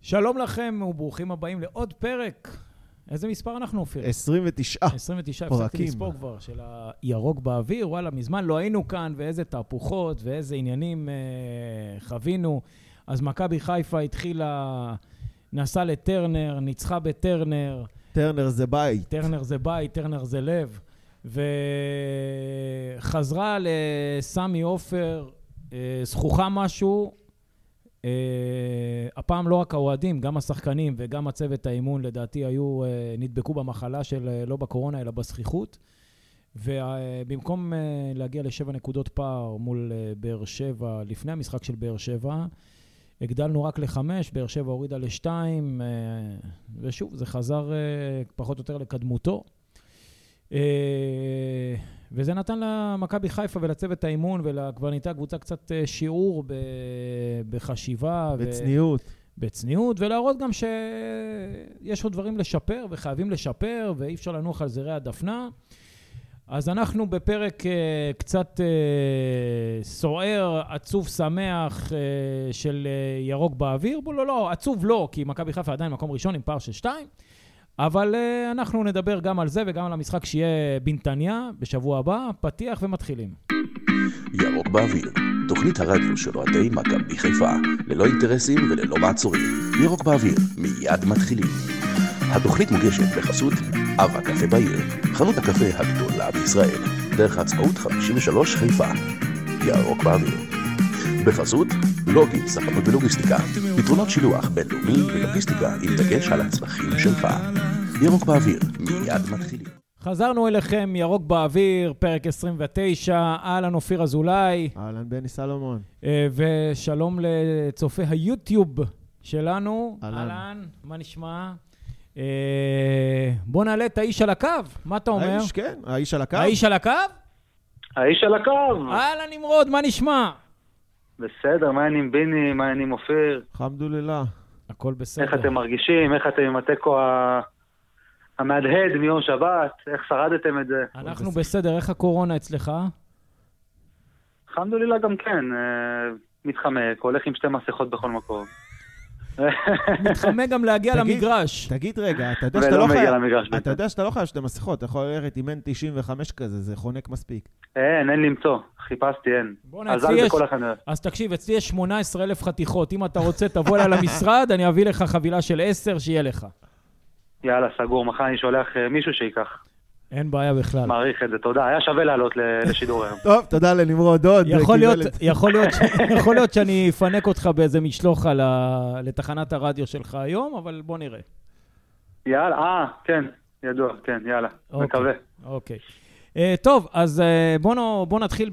שלום לכם וברוכים הבאים לעוד פרק. איזה מספר אנחנו אופיר? 29. 29, הפסקתי לספור כבר, של הירוק באוויר. וואלה, מזמן לא היינו כאן, ואיזה תהפוכות ואיזה עניינים חווינו. אז מכבי חיפה התחילה, נסעה לטרנר, ניצחה בטרנר. טרנר זה בית. טרנר זה בית, טרנר זה לב. וחזרה לסמי עופר, זכוכה משהו. הפעם לא רק האוהדים, גם השחקנים וגם הצוות האימון לדעתי היו, נדבקו במחלה של לא בקורונה אלא בסחיחות, ובמקום להגיע ל7 נקודות פער מול באר שבע לפני המשחק של באר שבע, הגדלנו רק ל5, באר שבע הורידה ל2, ושוב זה חזר פחות או יותר לקדמותו, וזה נתן למכבי חיפה ולצוות האימון ולקברניטה קבוצה קצת שיעור בחשיבה. בצניעות, ולהראות גם שיש עוד דברים לשפר וחייבים לשפר, ואי אפשר לנוח על זרי הדפנה. אז אנחנו בפרק קצת סוער, עצוב שמח של ירוק באוויר. לא, עצוב לא, כי מכבי חיפה עדיין מקום ראשון עם פער של 2. אבל אנחנו נדבר גם על זה וגם על המשחק שיהיה בנתניה בשבוע הבא. פתיח ומתחילים. ירוק באוויר, תוכנית הרדיו של אוהדי מכבי חיפה, ללא אינטרסים וללא מעצורים. ירוק באוויר, מיד מתחילים. התוכנית מוגשת בחסות אבא קפה בעיר, חנות הקפה הגדולה בישראל, דרך העצמאות 53 חיפה. ירוק באוויר. בחסות לוגי, ספנות ולוגיסטיקה, פתרונות שילוח בינלאומי ולוגיסטיקה עם דגש על הצרכים שלך. ירוק באוויר, מיד מתחילים. חזרנו אליכם, ירוק באוויר, פרק 29, אהלן אופיר אזולאי. אהלן בני סלומון. ושלום לצופי היוטיוב שלנו. אהלן. מה נשמע? בוא נעלה את האיש על הקו, מה אתה אומר? האיש, כן, האיש על הקו. האיש על הקו? האיש על הקו. אהלן נמרוד, מה נשמע? בסדר, מה העניינים ביני, מה העניינים אופיר? אלחמדולillah. הכל בסדר. איך אתם מרגישים? איך אתם עם התיקו המהדהד מיום שבת? איך שרדתם את זה? אנחנו בסדר, איך הקורונה אצלך? אלחמדולillah גם כן, מתחמק, הולך עם 2 מסכות בכל מקום. מתחמק גם להגיע למגרש. תגיד רגע, אתה יודע שאתה לא חייב 2 מסכות, אתה יכול ללכת עם N95 כזה, זה חונק מספיק. אין למצוא, חיפשתי, אין. אז תקשיב, אצלי יש 18,000 חתיכות, אם אתה רוצה תבוא אליי למשרד, אני אביא לך חבילה של 10 שיהיה לך. יאללה, סגור, מחר אני שולח מישהו שיקח. אין בעיה בכלל. מעריך את זה, תודה. היה שווה לעלות לשידור היום. טוב, תודה לנמרוד עוד. יכול להיות שאני אפנק אותך באיזה משלוח לתחנת הרדיו שלך היום, אבל בוא נראה. יאללה, כן, ידוע, כן, יאללה, מקווה. אוקיי. טוב, אז בוא נתחיל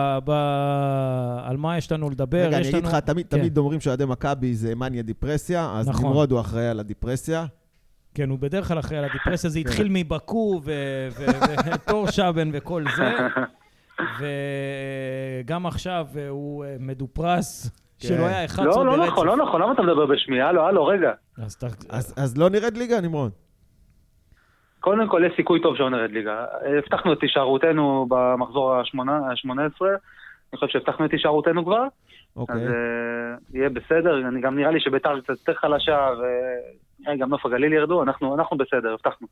על מה יש לנו לדבר. רגע, אני אגיד לך, תמיד אומרים שעדי מכבי זה מניה דיפרסיה, אז נמרוד הוא אחראי על הדיפרסיה. כן, הוא בדרך כלל אחרי על הדיפרסיה, זה התחיל מבקו וטור שבן וכל זה, וגם עכשיו הוא מדופרס, שלא היה אחד ברצף. לא נכון, למה אתה מדבר בשמי? הלו, רגע. אז לא נרד ליגה, נמרוד? קודם כל, יש סיכוי טוב שלא נרד ליגה. הבטחנו את הישארותנו במחזור ה-18, אני חושב שהבטחנו את הישארותנו כבר, אז יהיה בסדר, גם נראה לי שביתר קצת יותר חלשה, גם נוף הגליל ירדו, אנחנו בסדר, הבטחנו.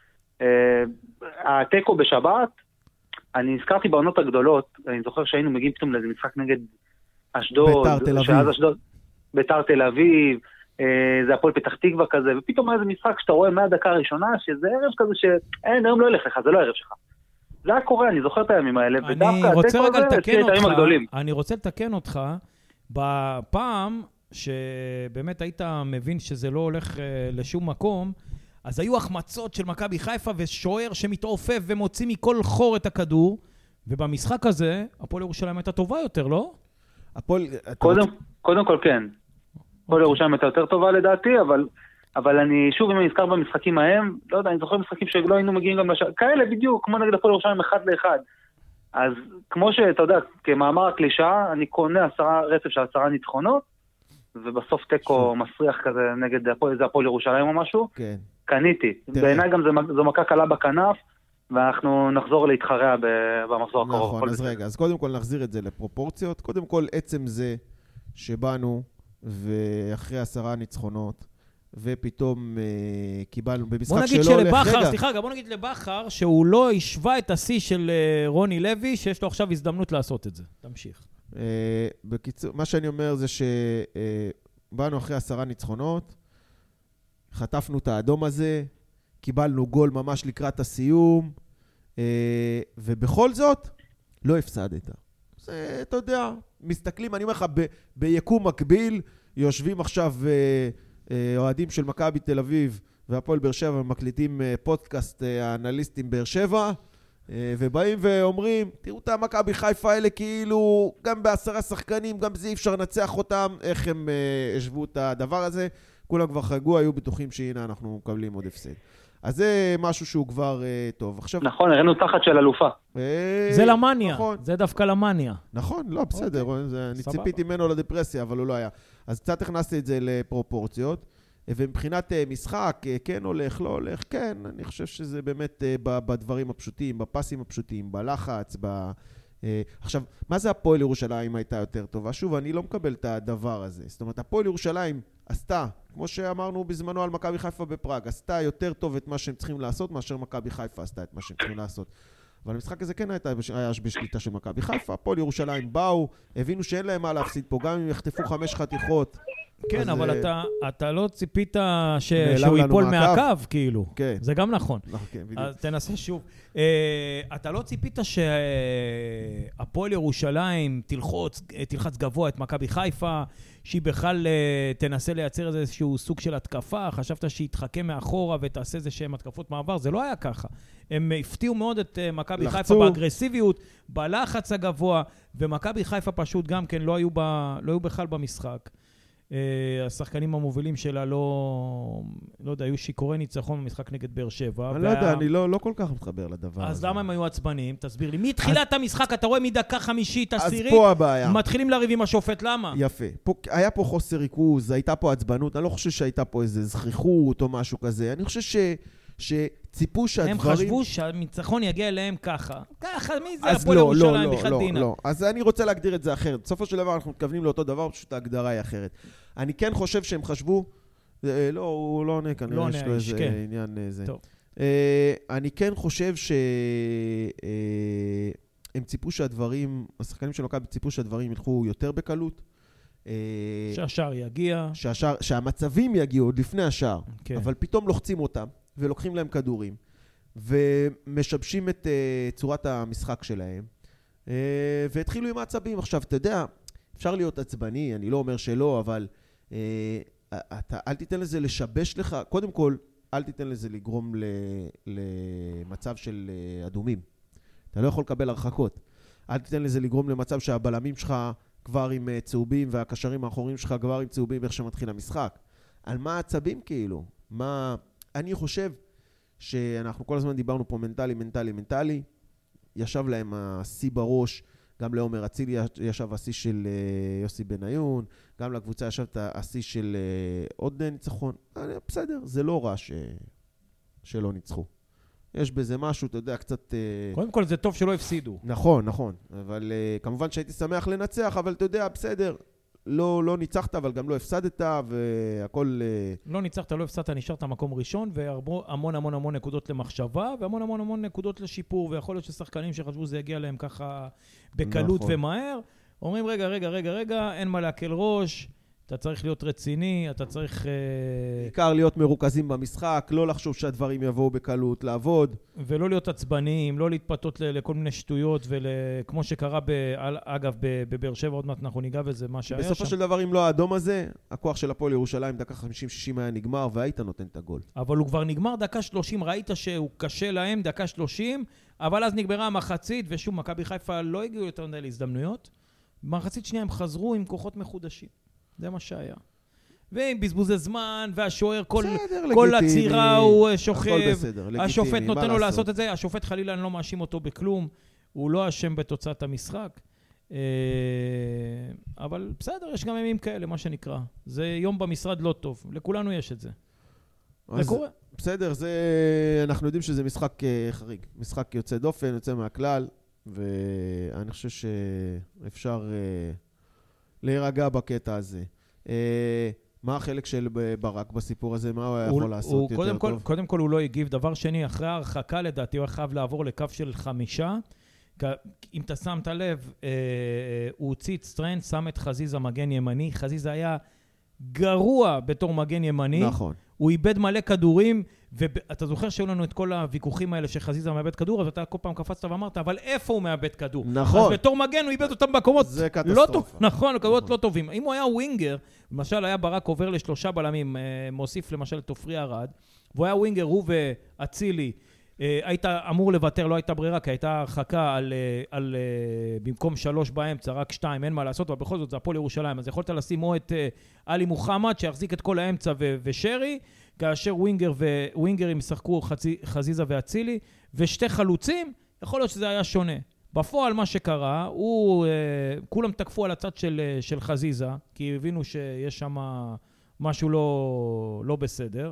הטקו בשבת, אני הזכרתי בעונות הגדולות, אני זוכר שהיינו מגיעים פתאום לאיזה משחק נגד אשדוד, ביתר תל אביב, זה הפועל פתח תקווה כזה, ופתאום איזה משחק שאתה רואה מהדקה הראשונה, שזה ערב כזה שאין, היום לא ילך לך, זה לא ערב שלך. זה היה קורה, אני זוכר את הימים האלה, ודווקא הטקו הזה, אני רוצה לתקן אותך, בפעם שבאמת היית מבין שזה לא הולך לשום מקום, אז היו החמצות של מכבי חיפה ושוער שמתעופף ומוציא מכל חור את הכדור, ובמשחק הזה הפועל ירושלים הייתה טובה יותר, לא? קודם כל כן. הפועל ירושלים הייתה יותר טובה לדעתי, אבל אני שוב, אם אני נזכר במשחקים ההם, לא יודע, אני זוכר משחקים שלא היינו מגיעים גם כאלה בדיוק, כמו נגד הפועל ירושלים 1-1. אז כמו שאתה יודע, כמאמר הקלישה, אני קונה רצף של 10 ניצחונות, ובסוף טקו מסריח כזה נגד הפועל ירושלים או משהו. כן. קניתי. בעיניי גם זו מכה קלה בכנף, ואנחנו נחזור להתחרע במחזור הקרוב. נכון, אז רגע, אז קודם כל נחזיר את זה לפרופורציות. קודם כל, עצם זה שבאנו ואחרי 10 ניצחונות, ופתאום קיבלנו במשחק בוא נגיד שלא הולך... שלבחר, סליחה, בוא נגיד לבחר שהוא לא השווה את השיא של רוני לוי, שיש לו עכשיו הזדמנות לעשות את זה. תמשיך. בקיצור, מה שאני אומר זה שבאנו אחרי 10 ניצחונות, חטפנו את האדום הזה, קיבלנו גול ממש לקראת הסיום, ובכל זאת, לא הפסדת. זה, אתה יודע, מסתכלים, אני אומר לך, ביקום מקביל, יושבים עכשיו אוהדים של מכבי תל אביב והפועל באר שבע, מקליטים פודקאסט האנליסטים באר שבע, ובאים ואומרים, תראו את המכבי חיפה האלה כאילו, גם ב10 שחקנים, גם זה אי אפשר לנצח אותם, איך הם השוו את הדבר הזה, כולם כבר חגגו, היו בטוחים שהנה אנחנו מקבלים עוד הפסד. אז זה משהו שהוא כבר טוב. עכשיו... נכון, הראינו תחת של אלופה. זה למניה, נכון. זה דווקא למניה. נכון, לא, בסדר, אני ציפיתי ממנו לדפרסיה, אבל הוא לא היה. אז קצת הכנסתי את זה לפרופורציות, ומבחינת משחק, כן הולך, לא הולך, כן, אני חושב שזה באמת בדברים הפשוטים, בפסים הפשוטים, בלחץ, עכשיו, מה זה הפועל ירושלים הייתה יותר טובה? שוב, אני לא מקבל את הדבר הזה. זאת אומרת, הפועל ירושלים עשתה, כמו שאמרנו בזמנו על מכבי חיפה בפראג, עשתה יותר טוב את מה שהם צריכים לעשות, מאשר מכבי חיפה עשתה את מה שהם צריכים לעשות. אבל המשחק הזה כן היה בשליטה של מכבי חיפה, הפועל ירושלים באו, הבינו שאין להם מה להפסיד פה, גם אם יחטפו 5 חתיכות. כן, אבל אתה לא ציפית שהוא ייפול מהקו, כאילו. זה גם נכון. אז תנסה שוב. אתה לא ציפית שהפועל ירושלים תלחץ גבוה את מכבי חיפה, שהיא בכלל תנסה לייצר איזשהו סוג של התקפה, חשבת שהיא תחכה מאחורה ותעשה איזה שהן התקפות מעבר, זה לא היה ככה. הם הפתיעו מאוד את מכבי חיפה באגרסיביות, בלחץ הגבוה, ומכבי חיפה פשוט גם כן לא היו בכלל במשחק. השחקנים המובילים שלה לא יודע, היו שיקורי ניצחון במשחק נגד באר שבע. אני לא יודע, אני לא כל כך מתחבר לדבר הזה. אז למה הם היו עצבניים? תסביר לי. מתחילת המשחק, אתה רואה מדקה 50, עשירית, אז פה הבעיה. מתחילים לריב עם השופט, למה? יפה. היה פה חוסר ריכוז, הייתה פה עצבנות, אני לא חושב שהייתה פה איזה זכיחות או משהו כזה. אני חושב שציפו שהדברים... הם חשבו שהניצחון יגיע אליהם ככה. ככה, מי זה הפועל ירושלים בכלל דינה? לא. אז אני רוצה להגדיר את זה אחרת. בסופו של דבר אנחנו מתכוונים לאותו דבר, פשוט ההגדרה היא אחרת. אני כן חושב שהם חשבו... לא, הוא לא עונה, כנראה יש לו איזה עניין זה. טוב. אני כן חושב שהם ציפו שהדברים, השחקנים של מכבי ציפו שהדברים ילכו יותר בקלות. שהשער יגיע. שהמצבים יגיעו עוד לפני השער. אבל פתאום לוחצים אותם. ולוקחים להם כדורים, ומשבשים את צורת המשחק שלהם, והתחילו עם העצבים. עכשיו, אתה יודע, אפשר להיות עצבני, אני לא אומר שלא, אבל אל תיתן לזה לשבש לך, קודם כל, אל תיתן לזה לגרום למצב של אדומים. אתה לא יכול לקבל הרחקות. אל תיתן לזה לגרום למצב שהבלמים שלך כבר עם צהובים, והקשרים האחוריים שלך כבר עם צהובים, איך שמתחיל המשחק. על מה העצבים כאילו? אני חושב שאנחנו כל הזמן דיברנו פה מנטלי, ישב להם השיא בראש, גם לעומר אצילי ישב השיא של יוסי בניון, גם לקבוצה ישב את השיא של עוד ניצחון. בסדר, זה לא רע שלא ניצחו. יש בזה משהו, אתה יודע, קצת... קודם כל זה טוב שלא הפסידו. נכון, אבל כמובן שהייתי שמח לנצח, אבל אתה יודע, בסדר. לא ניצחת, אבל גם לא הפסדת, והכל... לא ניצחת, לא הפסדת, נשארת מקום ראשון, והמון נקודות למחשבה, והמון נקודות לשיפור, ויכול להיות ששחקנים שחשבו זה יגיע להם ככה בקלות ומהר, אומרים, רגע, אין מה להקל ראש, אתה צריך להיות רציני, אתה צריך... בעיקר להיות מרוכזים במשחק, לא לחשוב שהדברים יבואו בקלות, לעבוד. ולא להיות עצבניים, לא להתפתות לכל מיני שטויות, וכמו שקרה, אגב, בבאר שבע, עוד מעט אנחנו ניגע בזה, מה שהיה שם. בסופו של דבר, אם לא האדום הזה, הכוח של הפועל ירושלים, דקה 50-60 היה נגמר, והיית נותן את הגול. אבל הוא כבר נגמר דקה 30, ראית שהוא קשה להם, דקה 30, אבל אז נגמרה המחצית, ושוב, מכבי חיפה לא הגיעו יותר מדי להזדמנויות. במחצית שנייה הם חזרו עם כוחות מחודשים. זה מה שהיה. ועם בזבוזי זמן, והשוער, כל הצירה הוא שוכב, השופט נותן לו לעשות את זה, השופט חלילה אני לא מאשים אותו בכלום, הוא לא אשם בתוצאת המשחק, אבל בסדר, יש גם ימים כאלה, מה שנקרא. זה יום במשרד לא טוב, לכולנו יש את זה. זה קורה. בסדר, אנחנו יודעים שזה משחק חריג, משחק יוצא דופן, יוצא מהכלל, ואני חושב שאפשר להירגע בקטע הזה. מה החלק של ברק בסיפור הזה? מה הוא היה יכול לעשות יותר טוב? קודם כל הוא לא הגיב. דבר שני, אחרי ההרחקה לדעתי הוא חייב לעבור לקו של 5. אם אתה שמת לב, הוא הוציא את סטרנד, שם את חזיזה מגן ימני. חזיזה היה גרוע בתור מגן ימני. נכון. הוא איבד מלא כדורים, ואתה זוכר שהיו לנו את כל הוויכוחים האלה שחזיזה מאבד כדור, אז אתה כל פעם קפצת ואמרת, אבל איפה הוא מאבד כדור? נכון. אז בתור מגן הוא איבד אותם במקומות זה קטסטרופה. נכון, מקומות לא טובים. אם הוא היה ווינגר, למשל היה ברק עובר ל3 בלמים, מוסיף למשל את עופרי ארד, והוא היה ווינגר, הוא ואצילי, היית אמור לוותר, לא הייתה ברירה, כי הייתה הרחקה על במקום 3 באמצע, רק 2, אין מה לעשות, אבל בכל זאת זה הפועל ירושלים, אז יכולת לשים או את אלי מוחמד, שיחזיק את כל האמצע ושרי, כאשר ווינגרים ישחקו חזיזה ואצילי, ושתי חלוצים, יכול להיות שזה היה שונה. בפועל מה שקרה, כולם תקפו על הצד של חזיזה, כי הבינו שיש שם משהו לא בסדר.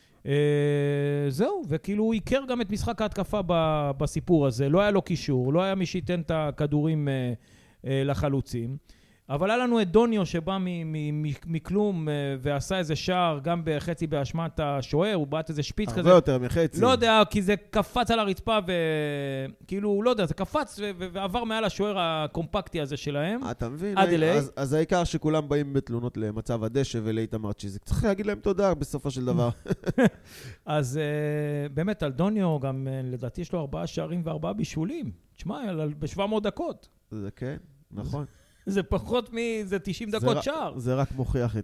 זהו, וכאילו הוא עיקר גם את משחק ההתקפה בסיפור הזה, לא היה לו קישור, לא היה מי שייתן את הכדורים לחלוצים, אבל היה לנו את דוניו שבא מכלום ועשה איזה שער גם בחצי באשמת השוער, הוא בעט איזה שפיץ כזה. הרבה יותר מחצי. לא יודע, כי זה קפץ על הרצפה וכאילו, לא יודע, זה קפץ ועבר מעל השוער הקומפקטי הזה שלהם. אתה מבין? עד אליי. אז העיקר שכולם באים בתלונות למצב הדשא ולאיתמר צ'יזיק. צריך להגיד להם תודה בסופו של דבר. אז באמת על דוניו גם לדעתי יש לו 4 שערים ו4 בישולים. תשמע, ב-700 דקות. זה כן, נכון. זה פחות זה 90 דקות שער. זה רק מוכיח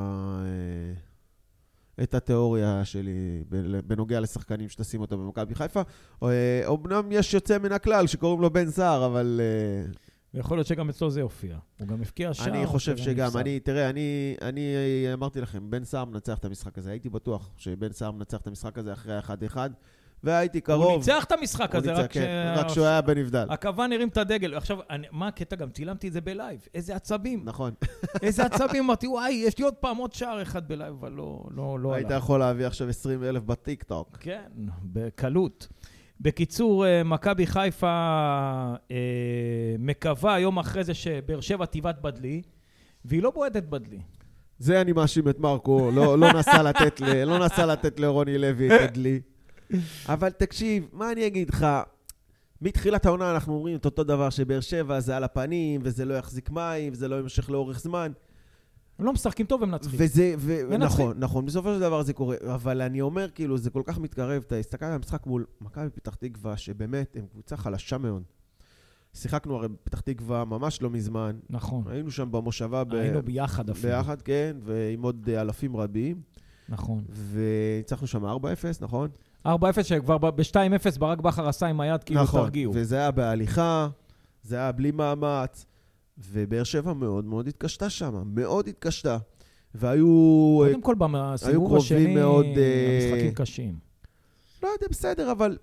את התיאוריה שלי בנוגע לשחקנים שתשים אותו במכבי חיפה. אומנם יש יוצא מן הכלל שקוראים לו בן סער, אבל... ויכול להיות שגם אצלו זה יופיע. הוא גם הפקיע שער. אני חושב שגם, תראה, אני אמרתי לכם, בן סער מנצח את המשחק הזה. הייתי בטוח שבן סער מנצח את המשחק הזה אחרי 1-1. והייתי קרוב. הוא ניצח את המשחק הזה, רק שהוא היה בנבדל. הכוון הרים את הדגל. עכשיו, מה הקטע? גם צילמתי את זה בלייב. איזה עצבים. נכון. איזה עצבים. אמרתי, וואי, יש לי עוד שער אחד בלייב, אבל לא היית יכול להביא עכשיו 20,000 בטיק טוק. כן, בקלות. בקיצור, מכבי חיפה מקווה יום אחרי זה שבאר שבע תיבת בדלי, והיא לא בועדת בדלי. זה אני מאשים את מרקו, לא נסע לתת לרוני לוי את בדלי. אבל תקשיב, מה אני אגיד לך? מתחילת העונה אנחנו אומרים את אותו דבר שבאר שבע זה על הפנים, וזה לא יחזיק מים, וזה לא ימשך לאורך זמן. הם לא משחקים טוב, הם נצחים. נכון, בסופו של דבר זה קורה. אבל אני אומר, כאילו, זה כל כך מתקרב. אתה הסתכל על המשחק מול מכבי פתח תקווה, שבאמת הם קבוצה חלשה מאוד. שיחקנו הרי בפתח תקווה ממש לא מזמן. נכון. היינו שם במושבה. היינו ביחד אפילו. ביחד, כן, ועם עוד אלפים רבים. נכון. והצלחנו שם 4-0, נכון? 4-0 שכבר ב-2-0 ברק בכר עשה עם היד כאילו תרגיעו. וזה היה בהליכה, זה היה בלי מאמץ, ובאר שבע מאוד מאוד התקשתה שם, מאוד התקשתה. והיו... קודם כל בסיבוב השני, המשחקים קשים. לא יודע, בסדר, אבל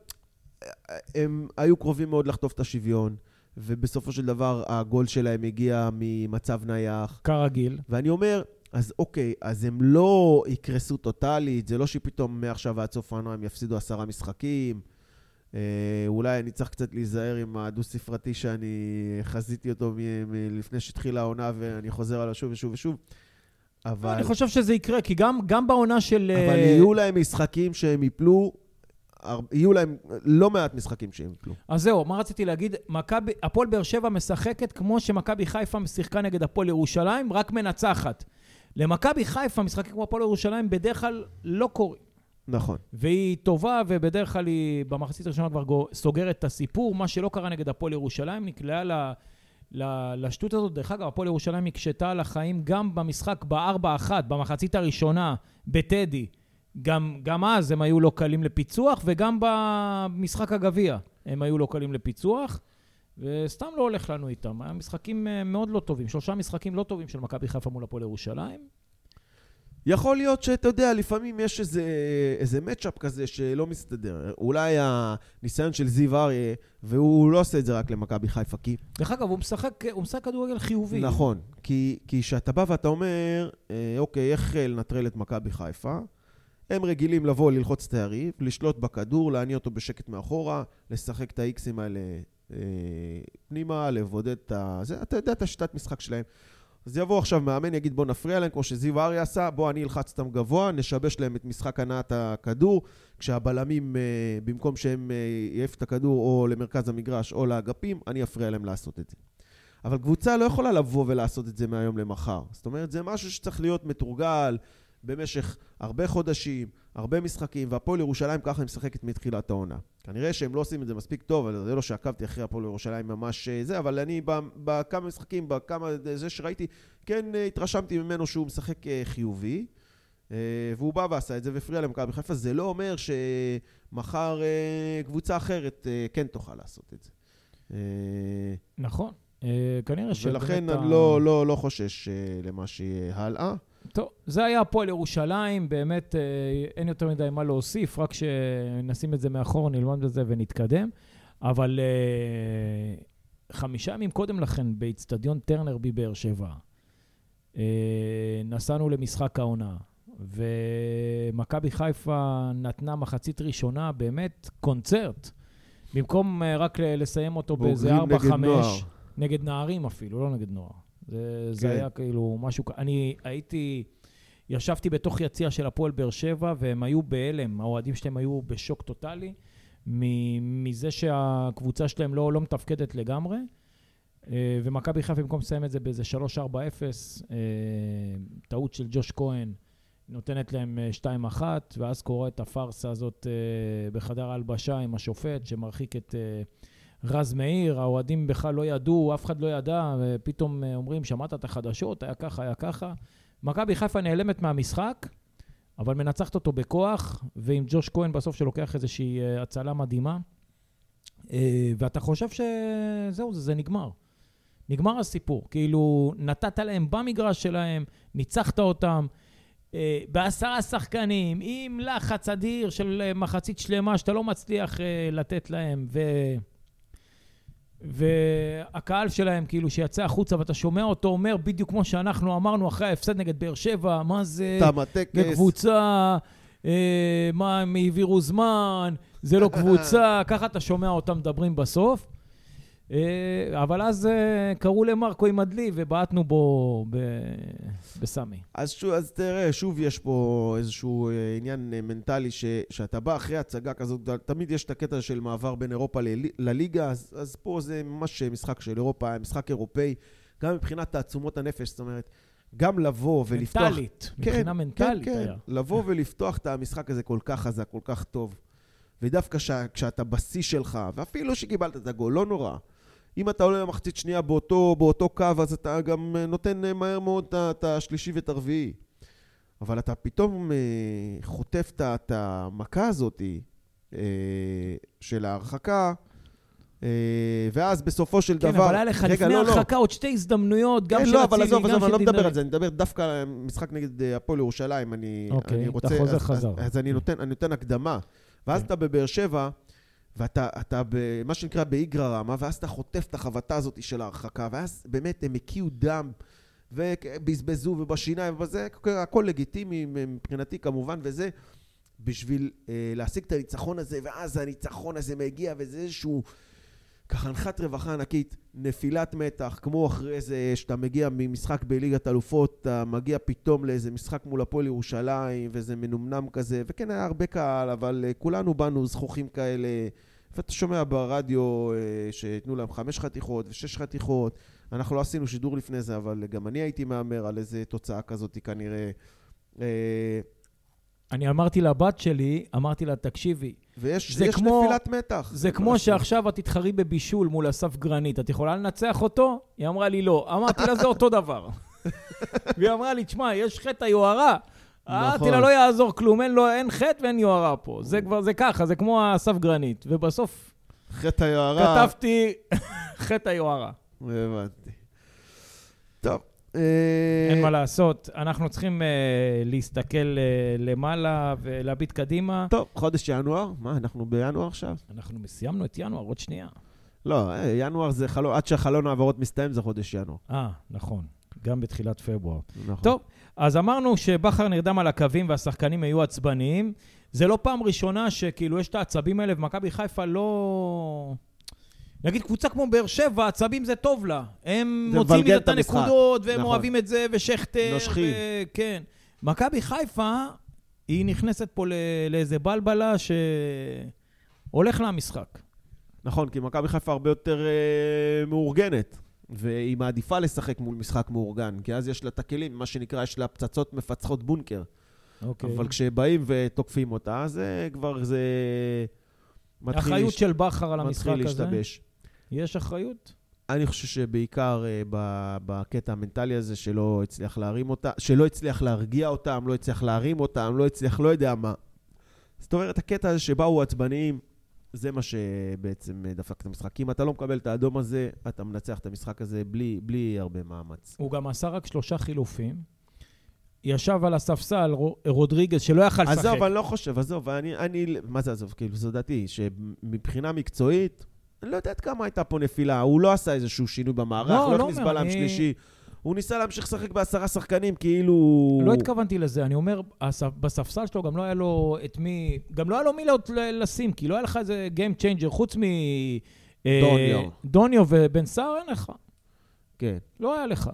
הם היו קרובים מאוד לחטוף את השוויון, ובסופו של דבר הגול שלהם הגיע ממצב נייח. כרגיל. ואני אומר... אז אוקיי, אז הם לא יקרסו טוטלית, זה לא שפתאום מעכשיו ועד סוף העונה הם יפסידו 10 משחקים. אולי אני צריך קצת להיזהר עם הדו-ספרתי שאני חזיתי אותו לפני שהתחילה העונה ואני חוזר עליו שוב ושוב ושוב. אבל... אני חושב שזה יקרה, כי גם בעונה של... אבל יהיו להם משחקים שהם יפלו, יהיו להם לא מעט משחקים שהם יפלו. אז זהו, מה רציתי להגיד? הפועל באר שבע משחקת כמו שמכבי חיפה משחקה נגד הפועל ירושלים, רק מנצחת. למכבי חיפה משחקים כמו הפועל ירושלים בדרך כלל לא קורים. נכון. והיא טובה, ובדרך כלל היא במחצית הראשונה כבר סוגרת את הסיפור. מה שלא קרה נגד הפועל ירושלים נקלעה לשטות הזאת. דרך אגב, הפועל ירושלים הקשתה על החיים גם במשחק ב-4-1, במחצית הראשונה, בטדי. גם אז הם היו לא קלים לפיצוח, וגם במשחק הגביע הם היו לא קלים לפיצוח. וסתם לא הולך לנו איתם. היה משחקים מאוד לא טובים. 3 משחקים לא טובים של מכבי חיפה מול הפועל ירושלים. יכול להיות שאתה יודע, לפעמים יש איזה מצ'אפ כזה שלא מסתדר. אולי הניסיון של זיו אריה, והוא לא עושה את זה רק למכבי חיפה, כי... דרך אגב, הוא משחק כדורגל חיובי. נכון, כי שאתה בא ואתה אומר, אוקיי, איך לנטרל את מכבי חיפה? הם רגילים לבוא ללחוץ את היריב, לשלוט בכדור, להניע אותו בשקט מאחורה, לשחק את האיקסים האלה פנימה, לבודד את זה. אתה יודע את השיטת משחק שלהם. אז יבוא עכשיו מאמן, יגיד בוא נפריע להם, כמו שזיו ארי עשה, בוא אני אלחץ אותם גבוה, נשבש להם את משחק הנעת הכדור, כשהבלמים, במקום שהם יעיף את הכדור או למרכז המגרש או לאגפים, אני אפריע להם לעשות את זה. אבל קבוצה לא יכולה לבוא ולעשות את זה מהיום למחר. זאת אומרת, זה משהו שצריך להיות מתורגל במשך הרבה חודשים, הרבה משחקים, והפועל ירושלים ככה משחקת מתחילת העונה. כנראה שהם לא עושים את זה מספיק טוב, אבל זה לא שעקבתי אחרי הפועל ירושלים ממש זה, אבל אני בכמה משחקים, בכמה זה שראיתי, כן התרשמתי ממנו שהוא משחק חיובי, והוא בא ועשה את זה והפריע למכבי חיפה. זה לא אומר שמחר קבוצה אחרת כן תוכל לעשות את זה. נכון. כנראה ולכן אני לא חושש למה שיהיה הלאה. טוב, זה היה הפועל ירושלים, באמת אין יותר מדי מה להוסיף, רק שנשים את זה מאחור, נלמד בזה ונתקדם. אבל 5 ימים קודם לכן, באצטדיון טרנר בבאר שבע, נסענו למשחק העונה, ומכבי חיפה נתנה מחצית ראשונה, באמת קונצרט, במקום רק לסיים אותו באיזה 4-5, נגד נערים אפילו, לא נגד נוער. זה היה כאילו משהו, אני ישבתי בתוך יציע של הפועל באר שבע, והם היו בהלם, האוהדים שלהם היו בשוק טוטלי, מזה שהקבוצה שלהם לא מתפקדת לגמרי, ומכבי חיפה במקום לסיים את זה באיזה 3-4-0, טעות של ג'וש כהן, נותנת להם 2-1, ואז קורה את הפרסה הזאת בחדר הלבשה עם השופט, שמרחיק את רז מאיר, האוהדים בכלל לא ידעו, אף אחד לא ידע, ופתאום אומרים, שמעת את החדשות, היה ככה, היה ככה. מכבי חיפה נעלמת מהמשחק, אבל מנצחת אותו בכוח, ועם ג'וש כהן בסוף שלוקח איזושהי הצלה מדהימה, ואתה חושב שזהו, זה נגמר. נגמר הסיפור. כאילו, נתת להם במגרש שלהם, ניצחת אותם, ב10 שחקנים, עם לחץ אדיר של מחצית שלמה, שאתה לא מצליח לתת להם, והקהל שלהם כאילו שיצא החוצה ואתה שומע אותו אומר בדיוק כמו שאנחנו אמרנו אחרי ההפסד נגד באר שבע, מה זה קבוצה, מה הם העבירו זמן, זה לא קבוצה, ככה אתה שומע אותם מדברים בסוף. אבל אז קראו למרקו עם הדלי ובעטנו בו בסמי. אז תראה, שוב יש פה איזשהו עניין מנטלי שאתה בא אחרי הצגה כזאת, תמיד יש את הקטע של מעבר בין אירופה לליגה, אז פה זה ממש משחק של אירופה, משחק אירופאי, גם מבחינת תעצומות הנפש, זאת אומרת, גם לבוא ולפתוח... מנטלית, מבחינה מנטלית היה. לבוא ולפתוח את המשחק הזה כל כך חזק, כל כך טוב, ודווקא כשאתה בשיא שלך, ואפילו שקיבלת את הגול, לא נורא, אם אתה עולה למחצית שנייה באותו קו, אז אתה גם נותן מהר מאוד את השלישי ואת הרביעי. אבל אתה פתאום חוטף את המכה הזאת של ההרחקה, ואז בסופו של דבר... כן, אבל היה לך לפני ההרחקה עוד 2 הזדמנויות, גם של אצילי, גם של דינרי. לא, אבל עזוב, אני לא מדבר על זה, אני מדבר דווקא על משחק נגד הפועל ירושלים. אוקיי, אתה חוזר. אז אני נותן הקדמה. ואז אתה בבאר שבע, ואתה מה שנקרא באיגרא רמה, ואז אתה חוטף את החבטה הזאת של ההרחקה, ואז באמת הם הקיעו דם, ובזבזו ובשיניים, וזה הכל לגיטימי מבחינתי כמובן, וזה בשביל להשיג את הניצחון הזה, ואז הניצחון הזה מגיע, וזה איזשהו ככה הנחת רווחה ענקית, נפילת מתח, כמו אחרי זה שאתה מגיע ממשחק בליגת אלופות, אתה מגיע פתאום לאיזה משחק מול הפועל ירושלים, וזה מנומנם כזה, וכן היה הרבה קהל, אבל כולנו באנו זכוכים כאלה, ואתה שומע ברדיו שתנו להם 5 חתיכות ו6 חתיכות, אנחנו לא עשינו שידור לפני זה, אבל גם אני הייתי מאמר על איזה תוצאה כזאת כנראה. אני אמרתי לבת שלי, אמרתי לה, תקשיבי, ויש נפילת מתח. זה כמו שעכשיו את תתחרי בבישול מול אסף גרנית, את יכולה לנצח אותו? היא אמרה לי לא. אמרתי לה, זה אותו דבר. והיא אמרה לי, תשמע, יש חטא היוהרה. אמרתי לה, לא יעזור כלום, אין חטא ואין יוהרה פה. זה ככה, זה כמו אסף גרנית. ובסוף חטא היוהרה. כתבתי חטא היוהרה. הבנתי. טוב. אין מה לעשות, אנחנו צריכים להסתכל למעלה ולהביט קדימה. טוב, חודש ינואר, מה, אנחנו בינואר עכשיו? אנחנו סיימנו את ינואר, עוד שנייה. לא, ינואר זה חלון, עד שהחלון העברות מסתיים זה חודש ינואר. נכון, גם בתחילת פברואר. נכון. טוב, אז אמרנו שבחר נרדם על הקווים והשחקנים היו עצבניים, זה לא פעם ראשונה שכאילו יש את העצבים האלה ומכבי חיפה נגיד קבוצה כמו באר שבע, עצבים זה טוב לה. הם מוצאים מזה את הנקודות, והם אוהבים את זה, ושכתר. נושכים. כן. מכבי חיפה, היא נכנסת פה לאיזה בלבלה שהולך לה המשחק. נכון, כי מכבי חיפה הרבה יותר מאורגנת, והיא מעדיפה לשחק מול משחק מאורגן, כי אז יש לה את הכלים, מה שנקרא, יש לה פצצות מפצחות בונקר. אבל כשבאים ותוקפים אותה, אז כבר זה אחריות של בחר על המשחק הזה? להשתבש. יש אחריות? אני חושב שבעיקר בקטע המנטלי הזה שלא הצליח להרים אותה, שלא הצליח להרגיע אותם, לא הצליח להרים אותם, לא הצליח, לא יודע מה. זאת אומרת, הקטע הזה שבאו עצבניים, זה מה שבעצם דפק את המשחק. אם אתה לא מקבל את האדום הזה, אתה מנצח את המשחק הזה בלי הרבה מאמץ. הוא גם עשה רק 3 חילופים. ישב על הספסל רודריגז שלא יכל לשחק. עזוב, אני לא חושב, עזוב, מה זה עזוב? כאילו, זו דעתי, שמבחינה מקצועית, אני לא יודעת כמה הייתה פה נפילה, הוא לא עשה איזשהו שינוי במערך, לא הכניס בלם שלישי. הוא ניסה להמשיך לשחק ב10 שחקנים, כאילו... לא התכוונתי לזה, אני אומר, בספסל שלו גם לא היה לו את מי... גם לא היה לו מי לשים, כי לא היה לך איזה Game Changer, חוץ דוניו ובן סער, אין לך. כן. לא היה לך.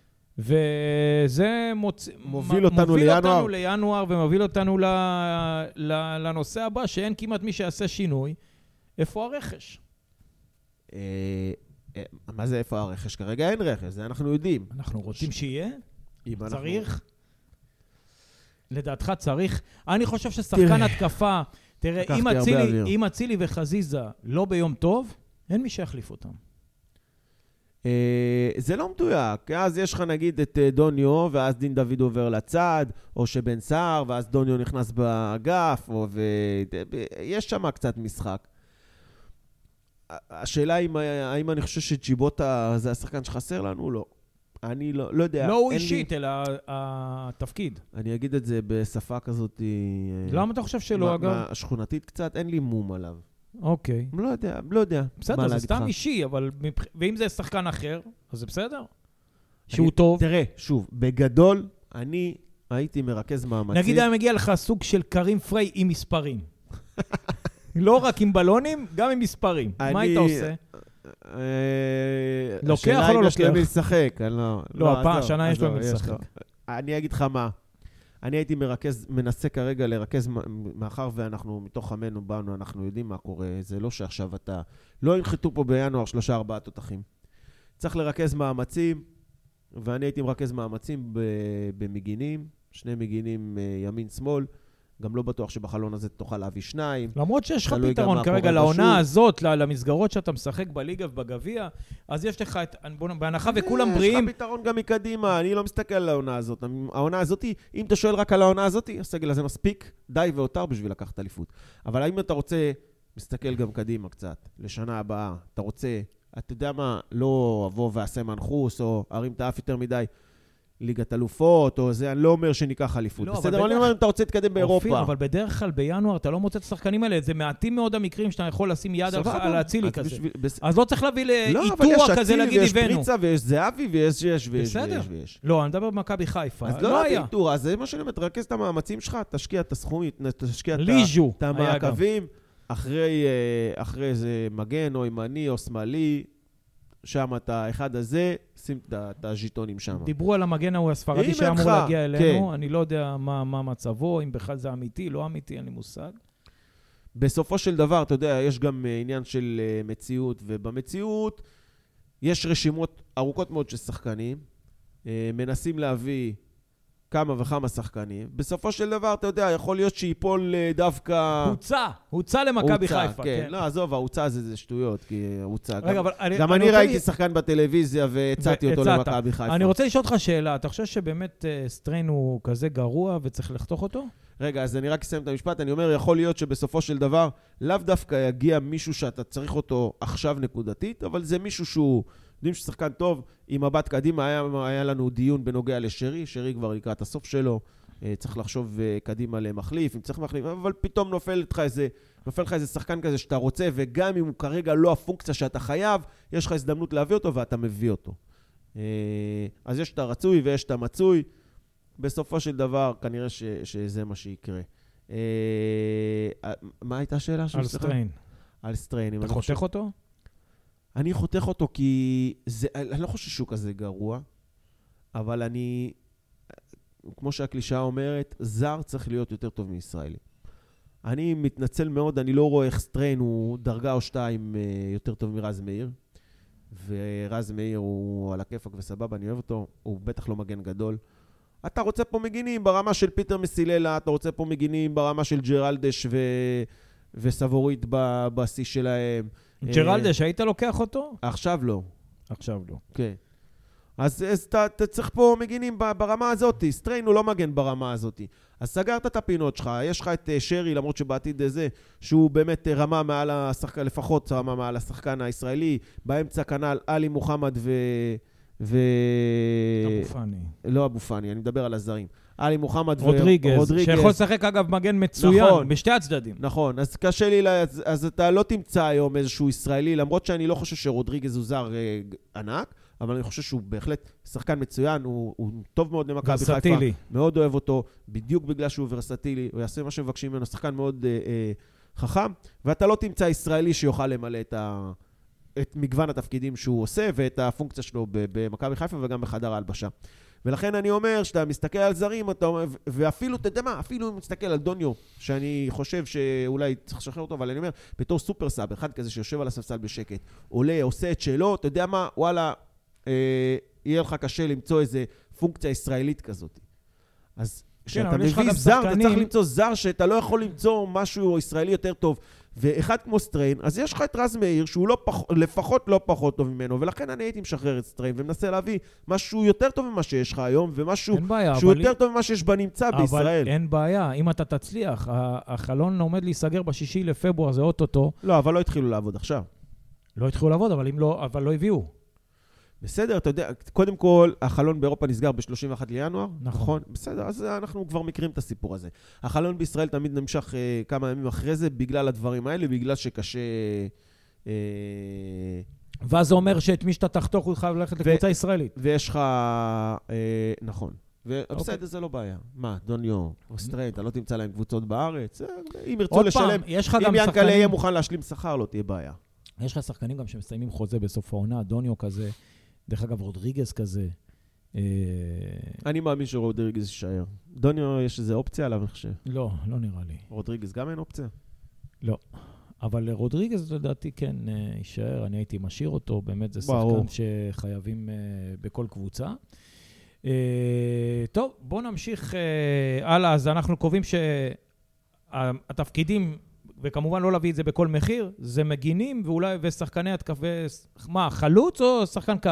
וזה מוביל אותנו לינואר, ומוביל אותנו לנושא הבא, שאין כמעט מי שיעשה שינוי. איפה הרכש? מה זה איפה הרכש? כרגע אין רכש, זה אנחנו יודעים. אנחנו רוצים שיהיה? צריך? לדעתך צריך? אני חושב ששחקן התקפה, תראה, אם אצילי וחזיזה לא ביום טוב, אין מי שיחליף אותם. זה לא מדויק, אז יש לך נגיד את דוניו, ואז דין דוד עובר לצד, או שבן סער, ואז דוניו נכנס באגף, יש שם קצת משחק. השאלה האם אני חושב שג'יבוטה זה השחקן שחסר לנו? לא. אני לא יודע. לא הוא אישית, אלא התפקיד. אני אגיד את זה בשפה כזאת... למה אתה חושב שלא, אגב? השכונתית קצת, אין לי מום עליו. אוקיי. לא יודע. בסדר, זה סתם אישי, אבל... ואם זה שחקן אחר, אז זה בסדר. שהוא טוב. תראה, שוב, בגדול, אני הייתי מרכז מאמצים. נגיד היה מגיע לך סוג של קרים פריי עם מספרים. לא רק עם בלונים, גם עם מספרים. מה היית עושה? לוקח או לא לוקח? השאלה אם יש למי לשחק. לא, הפעם, השנה יש למי לשחק. אני אגיד לך מה. אני הייתי מנסה כרגע לרכז, מאחר ואנחנו מתוך עמנו באנו, אנחנו יודעים מה קורה. זה לא שעכשיו אתה... לא ינחתו פה בינואר 3-4 תותחים. צריך לרכז מאמצים, ואני הייתי מרכז מאמצים במגינים, 2 מגינים ימין-שמאל, גם לא בטוח שבחלון הזה תוכל להביא 2. למרות שיש לך פתרון כרגע לעונה הזאת, למסגרות שאתה משחק בליגה ובגביע, אז יש לך את... בהנחה וכולם בריאים... יש לך פתרון גם מקדימה, אני לא מסתכל על העונה הזאת. העונה הזאת, אם אתה שואל רק על העונה הזאת, הסגל הזה מספיק די ואותר בשביל לקחת אליפות. אבל אם אתה רוצה, מסתכל גם קדימה קצת, לשנה הבאה, אתה רוצה, אתה יודע מה, לא אבוא ועשה מנחוס, או הרים את האף יותר מדי, ליגת אלופות, או זה, אני לא אומר שניקח אליפות. בסדר, אני אומר אם אתה רוצה להתקדם באירופה. אבל בדרך כלל בינואר אתה לא מוצא את השחקנים האלה, זה מעטים מאוד המקרים שאתה יכול לשים יד על האצילי כזה. אז לא צריך להביא לאיתור כזה להגיד הבאנו. ויש פריצה ויש זהבי ויש. בסדר. לא, אני מדבר במכבי חיפה. אז לא היה איתור, אז זה מה שאני אומר, תרכז את המאמצים שלך, תשקיע את הסכום, תשקיע את המעקבים, אחרי איזה מגן או ימני או שמאלי, שם את האחד הזה, שים את הז'יטונים שם. דיברו על המגן ההוא הספרדי שאמור להגיע אלינו, אני לא יודע מה מצבו, אם בכלל זה אמיתי, לא אמיתי, אין לי מושג. בסופו של דבר, אתה יודע, יש גם עניין של מציאות, ובמציאות יש רשימות ארוכות מאוד של שחקנים, מנסים להביא כמה וכמה שחקנים. בסופו של דבר, אתה יודע, יכול להיות שיפול דווקא... הוצא למכבי חיפה. כן, לא, עזוב, ההוצא זה שטויות, כי הוצא. גם אני ראיתי שחקן בטלוויזיה והצעתי אותו למכבי חיפה. אני רוצה לשאול אותך שאלה, אתה חושב שבאמת סטריין הוא כזה גרוע וצריך לחתוך אותו? רגע, אז אני רק אסיים את המשפט, אני אומר, יכול להיות שבסופו של דבר, לאו דווקא יגיע מישהו שאתה צריך אותו עכשיו נקודתית, אבל זה מישהו שהוא... יודעים ששחקן טוב, עם מבט קדימה היה לנו דיון בנוגע לשרי, שרי כבר לקראת הסוף שלו, צריך לחשוב קדימה למחליף, אם צריך מחליף, אבל פתאום נופל לך איזה שחקן כזה שאתה רוצה, וגם אם הוא כרגע לא הפונקציה שאתה חייב, יש לך הזדמנות להביא אותו ואתה מביא אותו. אז יש את הרצוי ויש את המצוי, בסופו של דבר כנראה שזה מה שיקרה. מה הייתה השאלה? על סטריין. על סטריין. אתה חותך אותו? אני חותך אותו כי אני לא חושב שהוא כזה גרוע, אבל כמו שהקלישאה אומרת, זר צריך להיות יותר טוב מישראלי. אני מתנצל מאוד, אני לא רואה איך סטריין הוא דרגה או 2 יותר טוב מרז מאיר, ורז מאיר הוא על הכיפק וסבבה, אני אוהב אותו, הוא בטח לא מגן גדול. אתה רוצה פה מגינים ברמה של פיטר מסיללה, אתה רוצה פה מגינים ברמה של ג'רלדש וסבורית בשיא שלהם. ג'רלדש, היית לוקח אותו? עכשיו לא. עכשיו לא. כן. אז אתה צריך פה מגינים ברמה הזאת, סטריין הוא לא מגן ברמה הזאת. אז סגרת את הפינות שלך, יש לך את שרי, למרות שבעתיד זה, שהוא באמת רמה מעל השחקן, לפחות רמה מעל השחקן הישראלי, באמצע כנל אלי מוחמד אבו פאני. לא אבו פאני, אני מדבר על הזרים. אלי מוחמד רודריגז, שיכול לשחק אגב מגן מצוין, נכון, בשתי הצדדים. נכון, אז קשה לי, אז אתה לא תמצא היום איזשהו ישראלי, למרות שאני לא חושב שרודריגז הוא זר ענק, אבל אני חושב שהוא בהחלט שחקן מצוין, הוא טוב מאוד למכבי חיפה, מאוד אוהב אותו, בדיוק בגלל שהוא ורסטילי, הוא יעשה מה שמבקשים ממנו, שחקן מאוד חכם, ואתה לא תמצא ישראלי שיוכל למלא את מגוון התפקידים שהוא עושה, ואת הפונקציה שלו במכבי חיפה וגם בחדר ההלבשה. ולכן אני אומר, שאתה מסתכל על זרים, ואפילו, אתה יודע מה, אפילו אם מסתכל על דוניו, שאני חושב שאולי צריך לשחרר אותו, אבל אני אומר, בתור סופר סאב, אחד כזה שיושב על הספסל בשקט, עולה, עושה את שלו, אתה יודע מה, וואלה, יהיה לך קשה למצוא איזה פונקציה ישראלית כזאת. אז כשאתה מביא זר, אתה צריך למצוא זר שאתה לא יכול למצוא משהו ישראלי יותר טוב, ואחד כמו סטריין, אז יש לך את רז מאיר, שהוא לפחות לא פחות טוב ממנו, ולכן אני הייתי משחרר את סטריין, ומנסה להביא משהו יותר טוב ממה שיש לך היום, ומשהו שהוא יותר טוב ממה שיש בנמצא בישראל. אבל אין בעיה, אם אתה תצליח, החלון עומד להיסגר ב6 לפברואר, זה אוטוטו. לא, אבל לא התחילו לעבוד עכשיו. לא התחילו לעבוד, אבל לא הביאו. בסדר, אתה יודע, קודם כל, החלון באירופה נסגר ב-31 לינואר, נכון? בסדר, אז אנחנו כבר מכירים את הסיפור הזה. החלון בישראל תמיד נמשך כמה ימים אחרי זה, בגלל הדברים האלה, בגלל שקשה... ואז זה אומר שאת מי שאתה תחתוך, הוא חייב ללכת לקבוצה ישראלית. ויש לך... נכון. ובסדר, זה לא בעיה. מה, דוניו, סטריין, אתה לא תמצא להם קבוצות בארץ? אם ירצו לשלם, אם ינקלה יהיה מוכן להשלים שכר, לא תהיה בעיה. יש לך שחקנים גם שמסיימים חוזה בסוף העונה, דוניו כזה, דרך אגב רודריגז כזה. אני מאמין שרודריגז יישאר. דוניו, יש איזו אופציה עליו, אני חושב. לא, לא נראה לי. רודריגז גם אין אופציה? לא. אבל רודריגז, לדעתי, כן יישאר. אני הייתי משאיר אותו, באמת זה שחקן שחייבים בכל קבוצה. טוב, בואו נמשיך הלאה. אז אנחנו קובעים שהתפקידים... וכמובן לא להביא את זה בכל מחיר, זה מגינים ואולי ושחקני התקפה, מה, חלוץ או שחקן קו?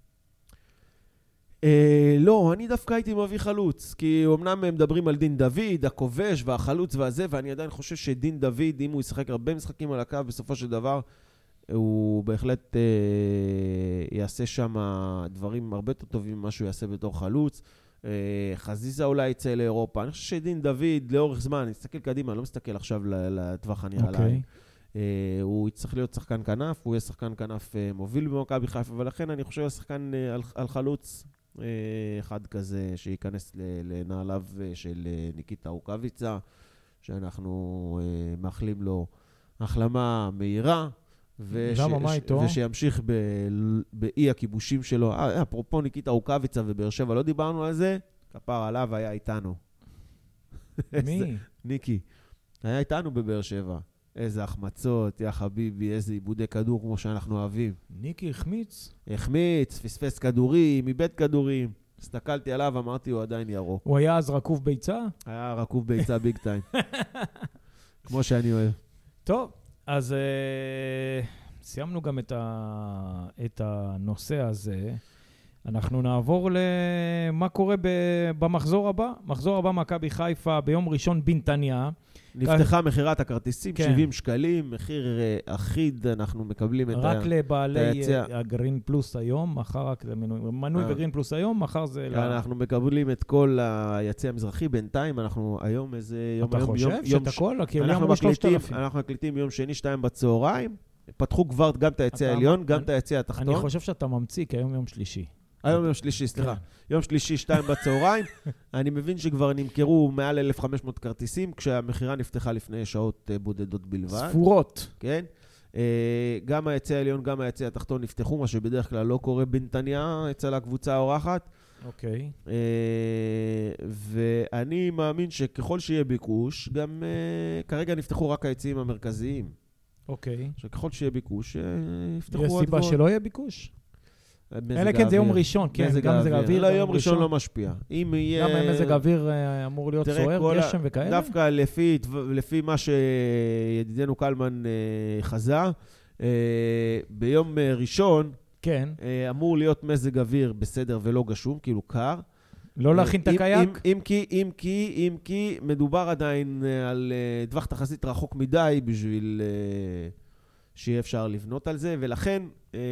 לא, אני דווקא הייתי מביא חלוץ, כי אמנם הם מדברים על דין דוד, הכובש והחלוץ והזה, ואני עדיין חושב שדין דוד, אם הוא ישחק הרבה משחקים על הקו, בסופו של דבר, הוא בהחלט יעשה שם דברים הרבה יותר טובים ממה שהוא יעשה בתור חלוץ, חזיזה אולי יצא לאירופה. אני חושב שדין דוד לאורך זמן, אני אסתכל קדימה, אני לא מסתכל עכשיו לטווח הנראה עליי. הוא יצטרך להיות שחקן כנף, הוא יהיה שחקן כנף מוביל במכבי חיפה, ולכן אני חושב שחקן על חלוץ אחד כזה שייכנס לנעליו של ניקיטה רוקאביצה, שאנחנו מאחלים לו החלמה מהירה, ושימשיך באי הכיבושים שלו. אפרופו ניקיטה רוקאביצה ובאר שבע, לא דיברנו על זה, כפר עליו היה איתנו. מי? ניקי. היה איתנו בבאר שבע. איזה החמצות, יא חביבי, איזה עיבודי כדור כמו שאנחנו אוהבים. ניקי החמיץ? החמיץ, פספס כדורים, איבד כדורים. הסתכלתי עליו, אמרתי, הוא עדיין ירוק. הוא היה אז רקוב ביצה? היה רקוב ביצה ביג טיים. כמו שאני אוהב. טוב. אז סיימנו גם את הנושא הזה. אנחנו נעבור למה קורה במחזור הבא. מחזור הבא מכבי חיפה ביום ראשון בנתניה. נפתחה מחירת הכרטיסים, 70 שקלים, מחיר אחיד, אנחנו מקבלים את רק לבעלי הגרין פלוס היום, מחר רק מנוי וגרין פלוס היום, מחר זה... אנחנו מקבלים את כל היציא המזרחי, בינתיים אנחנו היום איזה יום... אתה חושב שאת הכל? כי היום הוא 3,000. אנחנו מקליטים יום שני 2 בצהריים, פתחו כבר גם את היציא העליון, גם את היציא התחתון. אני חושב שאתה ממציא, כי היום יום שלישי. היום יום שלישי, סליחה. יום שלישי, 2 בצהריים. אני מבין שכבר נמכרו מעל 1,500 כרטיסים, כשהמחירה נפתחה לפני שעות בודדות בלבד. ספורות. כן. גם היציא העליון, גם היציא התחתון נפתחו, מה שבדרך כלל לא קורה בנתניה אצל הקבוצה האורחת. אוקיי. ואני מאמין שככל שיהיה ביקוש, גם כרגע נפתחו רק היציאים המרכזיים. אוקיי. שככל שיהיה ביקוש, יפתחו עוד יש סיבה שלא יהיה ביקוש? אלא כן, זה יום ראשון, כן, גם מזג האוויר. לא, יום ראשון לא משפיע. אם יהיה... למה מזג האוויר אמור להיות סוער, גשם וכאלה? דווקא לפי מה שידידנו קלמן חזה, ביום ראשון, כן. אמור להיות מזג אוויר בסדר ולא גשום, כאילו קר. לא להכין את הקייק? אם כי מדובר עדיין על טווח תחזית רחוק מדי בשביל שיהיה אפשר לבנות על זה, ולכן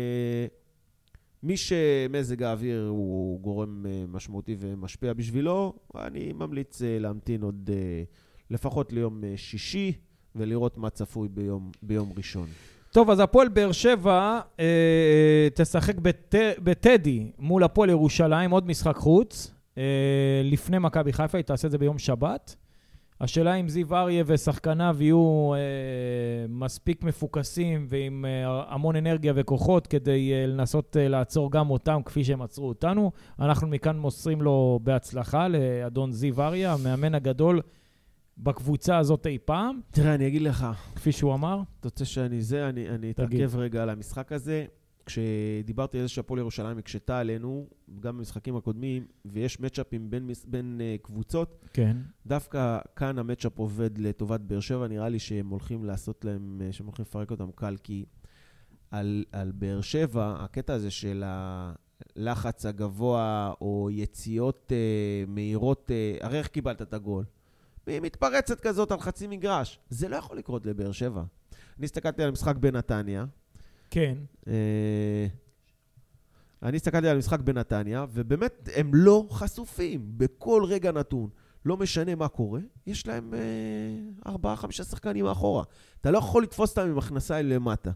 מי שמזג האוויר הוא גורם משמעותי ומשפיע בשבילו, אני ממליץ להמתין עוד לפחות ליום שישי ולראות מה צפוי ביום ראשון. טוב, אז הפועל באר שבע תשחק בטדי מול הפועל ירושלים, עוד משחק חוץ, לפני מכבי חיפה, היא תעשה את זה ביום שבת. השאלה אם זיו אריה ושחקניו יהיו מספיק מפוקסים ועם המון אנרגיה וכוחות כדי לנסות לעצור גם אותם כפי שהם עצרו אותנו. אנחנו מכאן מוסרים לו בהצלחה לאדון זיו אריה, המאמן הגדול בקבוצה הזאת אי פעם. תראה, אני אגיד לך. כפי שהוא אמר. אתה רוצה אני אתעכב רגע על המשחק הזה. כשדיברתי על זה שהפועל ירושלים הקשתה עלינו, גם במשחקים הקודמים, ויש מצ'אפים בין קבוצות, כן. דווקא כאן המצ'אפ עובד לטובת באר שבע, נראה לי שהם הולכים לעשות להם, שהם הולכים לפרק אותם קל, כי על באר שבע, הקטע הזה של הלחץ הגבוה, או יציאות מהירות, הרי איך קיבלת את הגול? מתפרצת כזאת על חצי מגרש. זה לא יכול לקרות לבאר שבע. אני הסתכלתי על המשחק בנתניה, כן. אני הסתכלתי על המשחק בנתניה, ובאמת הם לא חשופים בכל רגע נתון. לא משנה מה קורה, יש להם 4-5 שחקנים מאחורה. אתה לא יכול לתפוס אותם עם הכנסה למטה.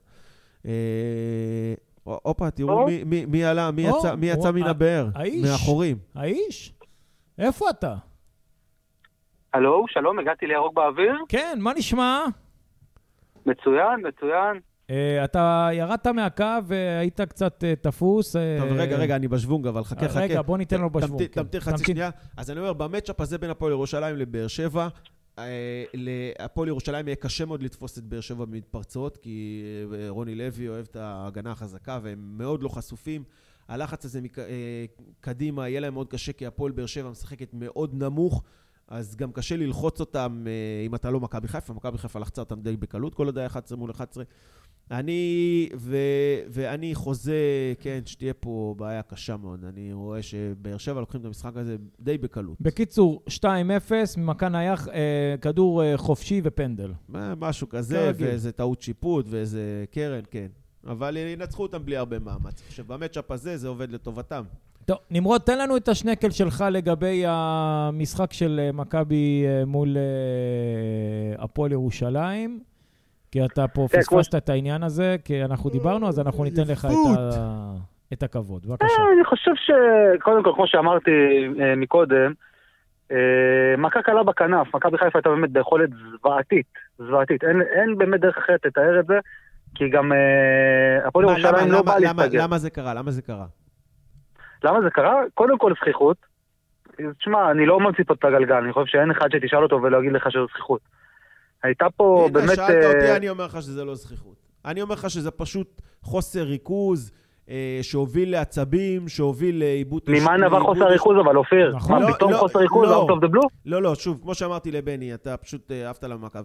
אופה, תראו מי עלה, מי יצא מן הבאר, מאחורים. האיש? איפה אתה? הלו, שלום, הגעתי לירוק באוויר. כן, מה נשמע? מצוין, מצוין. אתה ירדת מהקו והיית קצת תפוס. טוב, רגע, אני בשוונג, אבל חכה. רגע, בוא ניתן לו בשוונג. תמתין חצי שנייה. אז אני אומר, במצ'אפ הזה בין הפועל ירושלים לבאר שבע, להפועל ירושלים יהיה קשה מאוד לתפוס את באר שבע במתפרצות, כי רוני לוי אוהב את ההגנה החזקה, והם מאוד לא חשופים. הלחץ הזה קדימה יהיה להם מאוד קשה, כי הפועל באר שבע משחקת מאוד נמוך, אז גם קשה ללחוץ אותם אם אתה לא מכבי חיפה. מכבי חיפה לחצה אותם די בקלות, כל עוד היה 11 מול 11. ואני חוזה, כן, שתהיה פה בעיה קשה מאוד. אני רואה שבאר שבע לוקחים את המשחק הזה די בקלות. בקיצור, 2-0, ממכאן היה כדור חופשי ופנדל. משהו כזה, ואיזה טעות שיפוט, ואיזה קרן, כן. אבל ינצחו אותם בלי הרבה מאמץ. שבמצ'אפ הזה זה עובד לטובתם. טוב, נמרוד, תן לנו את השנקל שלך לגבי המשחק של מכבי מול הפועל ירושלים, כי אתה פה פספסת את העניין הזה, כי אנחנו דיברנו, אז אנחנו ניתן לך את הכבוד. בבקשה. אני חושב שקודם כל, כמו שאמרתי מקודם, מכה קלה בכנף, מכבי חיפה הייתה באמת ביכולת זוועתית. אין באמת דרך אחרת לתאר את זה, כי גם הפועל ירושלים לא בא להסתגר. למה זה קרה? למה זה קרה? קודם כל זכיחות. תשמע, אני לא ממציא פה את הגלגל, אני חושב שאין אחד שתשאל אותו ולא אגיד לך שזו זכיחות. הייתה פה באמת... הנה, שאלת אותי, אני אומר לך שזה לא זכיחות. אני אומר לך שזה פשוט חוסר ריכוז, שהוביל לעצבים, שהוביל לאיבוד... ממה נבע חוסר ריכוז אבל, אופיר? מה, פתאום חוסר ריכוז, out of the blue? לא, שוב, כמו שאמרתי לבני, אתה פשוט אהבת למעקב.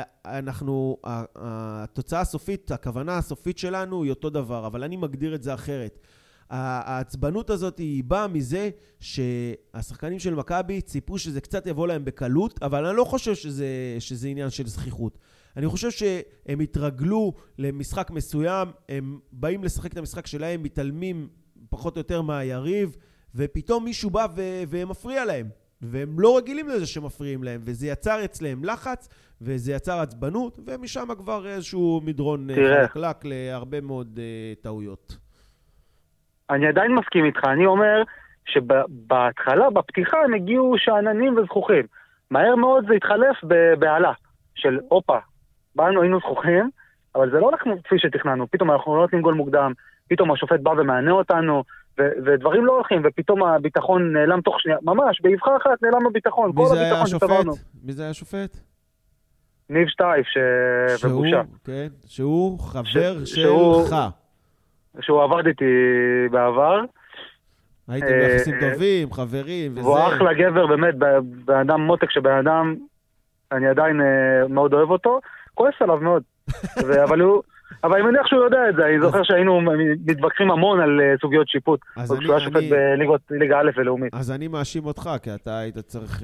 התוצאה הסופית, הכוונה הסופית שלנו היא אותו דבר, אבל אני מגדיר את זה אחרת. העצבנות הזאת היא באה מזה שהשחקנים של מכבי ציפו שזה קצת יבוא להם בקלות, אבל אני לא חושב שזה עניין של זכיחות. אני חושב שהם התרגלו למשחק מסוים, הם באים לשחק את המשחק שלהם, מתעלמים פחות או יותר מהיריב, ופתאום מישהו בא ומפריע להם. והם לא רגילים לזה שמפריעים להם, וזה יצר אצלם לחץ, וזה יצר עצבנות, ומשם כבר איזשהו מדרון חלקלק להרבה מאוד טעויות. אני עדיין מסכים איתך, אני אומר שבהתחלה, בפתיחה, הם הגיעו שעננים וזכוכים. מהר מאוד זה התחלף בעלה של אופה. באנו, היינו זכוכים, אבל זה לא הולך כפי שתכננו, פתאום אנחנו לא נותנים גול מוקדם, פתאום השופט בא ומענה אותנו, ודברים לא הולכים, ופתאום הביטחון נעלם תוך שנייה, ממש, באבחה אחת נעלם הביטחון, כל הביטחון שצברנו. מי זה היה השופט? ניב שטייף, ובושה. כן, שהוא חבר שלך. שהוא עבד איתי בעבר. הייתם ביחסים טובים, חברים, וזה. והוא אחלה גבר, באמת, באדם מותק שבאדם, אני עדיין מאוד אוהב אותו, כועס עליו מאוד. אבל אני מניח שהוא יודע את זה, אני זוכר שהיינו מתווכחים המון על סוגיות שיפוט, כשהוא היה שופט בליגה א' ולאומית. אז אני מאשים אותך, כי אתה היית צריך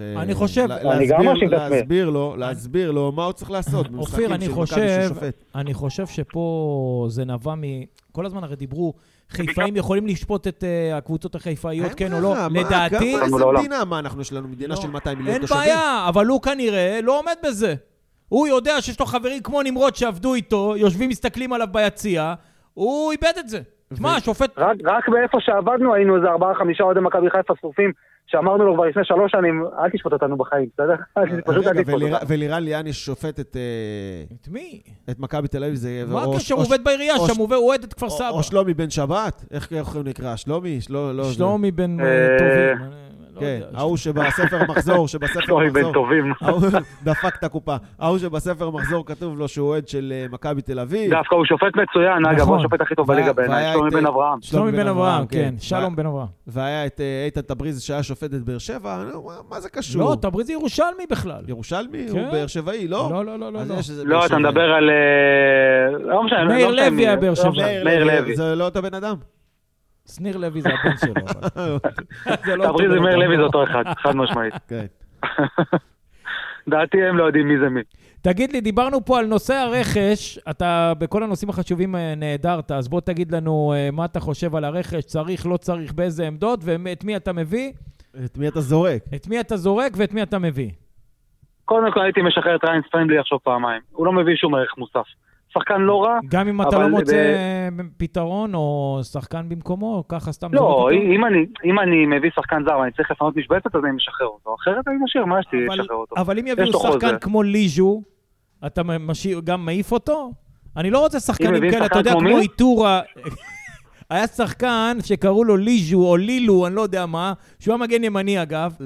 להסביר לו מה הוא צריך לעשות. אופיר, אני חושב שפה זה נבע כל הזמן הרי דיברו, חיפאים יכולים לשפוט את הקבוצות החיפאיות, כן או לא? לדעתי... איזה מדינה? מה, אנחנו יש לנו מדינה של 200 מיליון תושבים? אין בעיה, אבל הוא כנראה לא עומד בזה. הוא יודע שיש לו חברים כמו נמרוד שעבדו איתו, יושבים מסתכלים עליו ביציאה, הוא איבד את זה. מה, שופט... רק באיפה שעבדנו היינו איזה 4-5 אוהדי מכבי חיפה שרופים, שאמרנו לו כבר לפני 3 שנים, אל תשפוט אותנו בחיים, בסדר? ולירן ליאני שופט את... את מי? את מכבי תל אביב. מה הקשר? הוא עובד בעירייה, שם הוא אוהד את כפר סבא. או שלומי בן שבת? איך הוא נקרא? שלומי? שלומי בן טובים. כן, ההוא שבספר מחזור, דפק את הקופה, ההוא שבספר מחזור כתוב לו שהוא אוהד של מכבי תל אביב. דווקא הוא שופט מצוין, אגב, הוא השופט הכי טוב בליגה בעיניי, שלומי בן אברהם, כן, שלום בן אברהם. והיה את איתן תבריז שהיה שופט את באר שבע, מה זה קשור? לא, תבריז ירושלמי בכלל. ירושלמי? הוא באר שבעי, לא? לא, אתה מדבר על... מאיר לוי היה באר שבע. מאיר לוי. זה לא אותו בן אדם? שניר לוי זה הבן שלו. תבריז ומאיר לוי זה אותו אחד, חד משמעית. דעתי הם לא יודעים מי זה מי. תגיד לי, דיברנו פה על נושא הרכש, אתה בכל הנושאים החשובים נהדרת, אז בוא תגיד לנו מה אתה חושב על הרכש, צריך, לא צריך, באיזה עמדות, ואת מי אתה מביא? את מי אתה זורק. את מי אתה זורק ואת מי אתה מביא. קודם כל הייתי משחרר את ריין סטריין בלי לחשוב פעמיים. הוא לא מביא שום ערך מוסף. שחקן לא רע. גם אם אתה לא מוצא פתרון או שחקן במקומו, ככה סתם זורק אותו? לא, אם אני מביא שחקן זר ואני צריך לפנות משבצת, אז אני משחרר אותו. אחרת אני משאיר, מה שתי לשחרר אותו? אבל אם יביאו שחקן כמו ליז'ו, אתה גם מעיף אותו? אני לא רוצה שחקנים כאלה, אתה יודע, כמו איתורה. היה שחקן שקראו לו ליז'ו או לילו, אני לא יודע מה, שהוא היה מגן ימני אגב.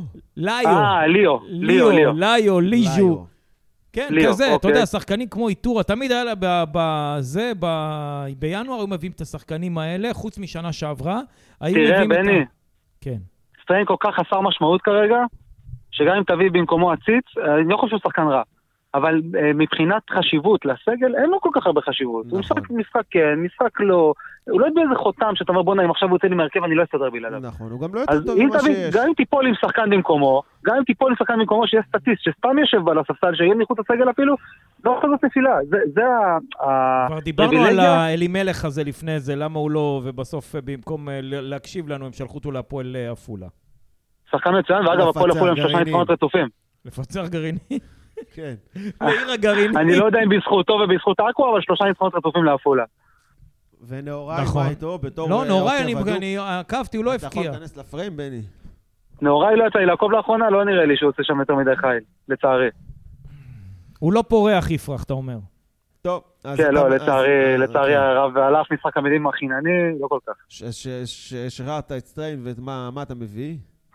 ליז'ו. כן, כזה, אתה יודע, שחקנים כמו איתורה, תמיד היה בזה, בינואר היו מביאים את השחקנים האלה, חוץ משנה שעברה. תראה, בני, כן. סטריין כל כך חסר משמעות כרגע, שגם אם תביא במקומו הציץ, אני לא חושב שהוא שחקן רע. אבל מבחינת חשיבות לסגל, אין לו כל כך הרבה חשיבות. הוא משחק כן, משחק לא, הוא לא יודע באיזה חותם שאתה אומר, בוא, אם עכשיו הוא יוצא לי מהרכב, אני לא אסתדר בלעדיו. נכון, הוא גם לא יותר טוב ממה שיש. גם אם תיפול עם שחקן במקומו, שיהיה סטטיסט, שסתם יושב על הספסל, שיהיה מחוץ לסגל אפילו, לא כזאת נפילה. זה כבר דיברנו על אלימלך הזה לפני זה, למה הוא לא, ובסוף במקום להקשיב לנו, הם שלחו אותו להפועל עפולה. שחקן מצוין, ואגב, הפועל עפולה הם 3 ניצחונות רצופים. לפצח גרעיני. כן. לעיר הגרעיני. אני לא יודע אם בזכותו ובזכות עכו, אבל 3 ניצחונות רצופים לעפולה. ונאוראי בא איתו בתור... לא, נאוראי אני עקבתי, הוא לא הפקיע. אתה יכול להכנס לפריים, בני. נאוראי לא יצא לי לעקוב לאחרונה, לא נראה לי שהוא עושה שם יותר מדי חייל, לצערי. הוא לא פורח יפרח, אתה אומר. טוב. כן, לא, לצערי הרב, ועל אף משחק המדינים החינני, לא כל כך. ששרעת את סטריין, ומה אתה מביא?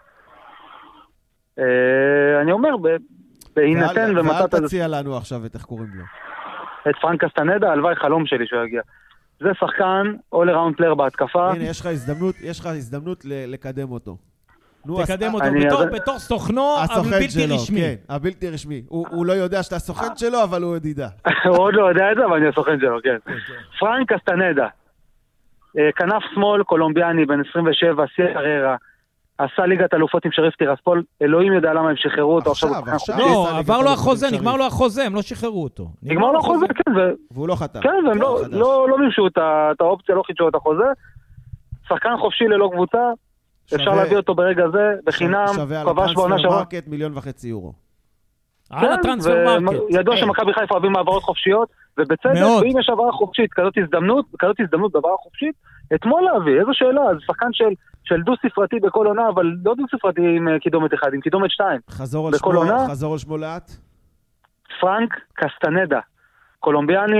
אני אומר, בהינתן ואל תציע לנו עכשיו את איך קוראים לו. את פרנק קסטנדה, הלוואי חלום שלי שהוא יגיע. זה שחקן, all around player בהתקפה. הנה, יש לך הזדמנות לקדם אותו. תקדם אותו בתור סוכנו הבלתי רשמי. כן, הבלתי רשמי. הוא לא יודע שאתה הסוכן שלו, אבל הוא עוד ידע. הוא עוד לא יודע את זה, אבל אני הסוכן שלו, כן. פרנק קסטנדה, כנף שמאל, קולומביאני, בן 27, סי קריירה, עשה ליגת אלופות עם שריף טירספול, אלוהים יודע למה הם שחררו אותו. עכשיו. לא, עבר לו החוזה, נגמר לו החוזה, הם לא שחררו אותו. נגמר לו החוזה, כן. והוא לא חתם. כן, והם לא מימשו את האופציה, לא חידשו את החוזה. שחקן חופשי ללא קבוצה, אפשר להביא אותו ברגע זה, בחינם, כבש בעונה שעברה. שווה על הטרנספר מרקט 1,500,000 יורו. על הטרנספר מרקט. ידוע שמכבי חיפה אוהבים מעברות חופשיות, ובצדק, ואם יש העברה חופשית, כזאת הזדמנות בעברה חופשית, אתמול להביא, איזו שאלה, זה שחקן של דו ספרתי בכל עונה, אבל לא דו ספרתי עם קידומת 1, עם קידומת 2. חזור על שמו לאט. פרנק קסטנדה, קולומביאני,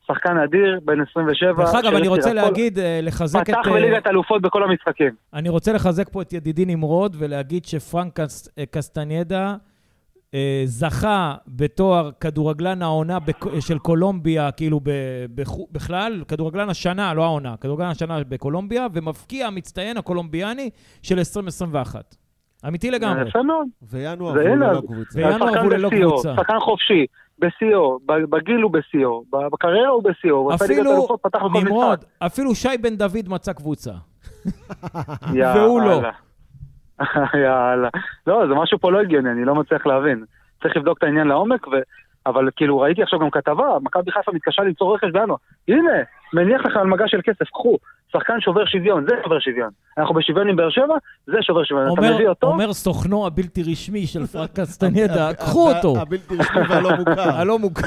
שחקן אדיר, בן 27. דרך אגב, אני רוצה להגיד, לחזק את... פתח בליגת אלופות בכל המשחקים. אני רוצה לחזק פה את ידידי נמרוד, ולהגיד שפרנק קסטניידה זכה בתואר כדורגלן העונה של קולומביה, כאילו בכלל, כדורגלן השנה, לא העונה, כדורגלן השנה בקולומביה, ומפקיע המצטיין הקולומביאני של 2021. אמיתי לגמרי. יפה מאוד. וינואר וללא קבוצה. וינואר וללא קבוצה. שחקן חופשי, בסיו, בגיל הוא בסיו, בקריירה הוא בסיו. אפילו, נמרוד, אפילו שי בן דוד מצא קבוצה. והוא לא. יאללה. לא, זה משהו פה לא הגיוני, אני לא מצליח להבין. צריך לבדוק את העניין לעומק, אבל כאילו ראיתי עכשיו גם כתבה, מכבי חיפה מתקשה ליצור רכש בינואר. הנה, מניח לך על מגע של כסף, קחו, שחקן שובר שוויון, זה שובר שוויון. אנחנו בשוויון עם באר שבע, זה שובר שוויון. אומר סוכנו הבלתי רשמי של פרנק קסטניידה, קחו אותו. הבלתי רשמי והלא מוכר. הלא מוכר.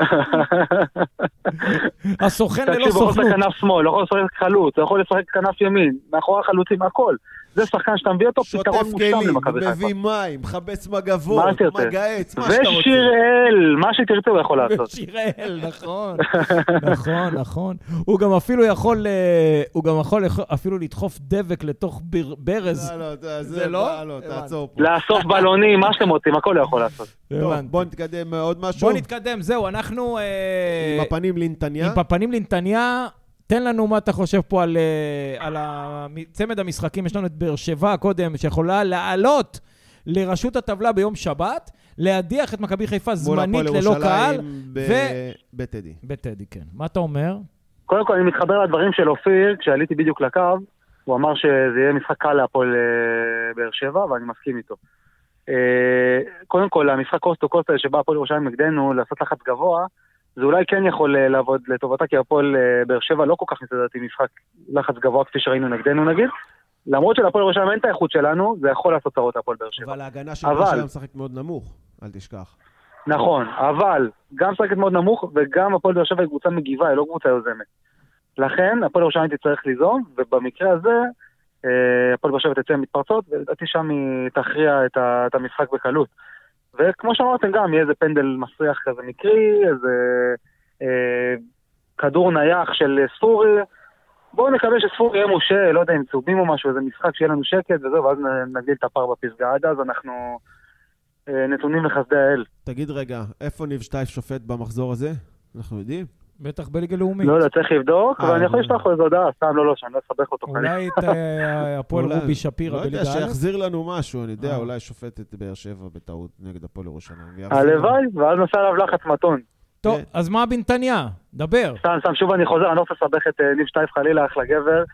הסוכן ללא סוכנות. תקשיב, הוא יכול לשחק כנף שמאל, הוא יכול לשחק חלוץ, הוא יכול לשחק כנף ימין, מאחורי החלוצים, הכל. זה שחקן שאתה מביא אותו, פתרון מושלם למכבי חיפה. מביא מים, חבץ מגבות, מגעץ, מה שאתה רוצה. ושיראל, מה שתרצה הוא יכול לעשות. ושיראל, נכון. נכון, נכון. הוא גם אפילו יכול אפילו לדחוף דבק לתוך ברז. זה לא, תעצור פה. לאסוף בלונים, מה שאתם רוצים, הכל הוא יכול לעשות. טוב, בוא נתקדם עוד משהו. בוא נתקדם, זהו, אנחנו... עם הפנים לנתניה. עם הפנים לנתניה. תן לנו מה אתה חושב פה על צמד המשחקים. יש לנו את באר שבע קודם, שיכולה לעלות לראשות הטבלה ביום שבת, להדיח את מכבי חיפה זמנית ללא קהל. בטדי. בטדי, כן. מה אתה אומר? קודם כל, אני מתחבר לדברים של אופיר, כשעליתי בדיוק לקו, הוא אמר שזה יהיה משחק קל להפועל באר שבע, ואני מסכים איתו. קודם כל, המשחק קוסט או קוסט שבא הפועל ירושלים נגדנו, לעשות לחץ גבוה, זה אולי כן יכול לעבוד לטובתה, כי הפועל באר שבע לא כל כך מסתדרת עם משחק לחץ גבוה כפי שראינו נגדנו נגיד. למרות שלפועל ירושלים אין את האיכות שלנו, זה יכול לעשות צרות הפועל באר שבע. אבל ההגנה של באר שבע משחקת מאוד נמוך, אל תשכח. נכון, אבל גם משחקת מאוד נמוך, וגם הפועל באר שבע היא קבוצה מגיבה, היא לא קבוצה יוזמת. לכן הפועל ירושלים תצטרך ליזום, ובמקרה הזה הפועל באר שבע תצא מתפרצות, ולדעתי שם היא תכריע את המשחק בקלות. וכמו שאמרתם גם, יהיה איזה פנדל מסריח כזה מקרי, איזה כדור נייח של ספורי. בואו נקווה שספורי יהיה מושה, לא יודע אם צהובים או משהו, איזה משחק שיהיה לנו שקט וזהו, ואז נגדיל את הפער בפסגה. עד אז אנחנו נתונים לחסדי האל. תגיד רגע, איפה ניב שטייף שופט במחזור הזה? אנחנו יודעים? בטח בליגה לאומית. לא, צריך לבדוק, ואני יכול לשלוח לו איזו הודעה, סתם לא, שאני לא אסבך אותו. אולי את הפועל רובי שפירא בליגה א'? לא יודע, שיחזיר לנו משהו, אני יודע, אולי שופט את באר שבע בטעות נגד הפועל ירושלים. הלוואי, ואז נוסע עליו לחץ מתון. טוב, אז מה בנתניה? דבר. סתם, שוב אני חוזר, אני לא רוצה לסבך את ניב שטייף חלילה, אחלה גבר.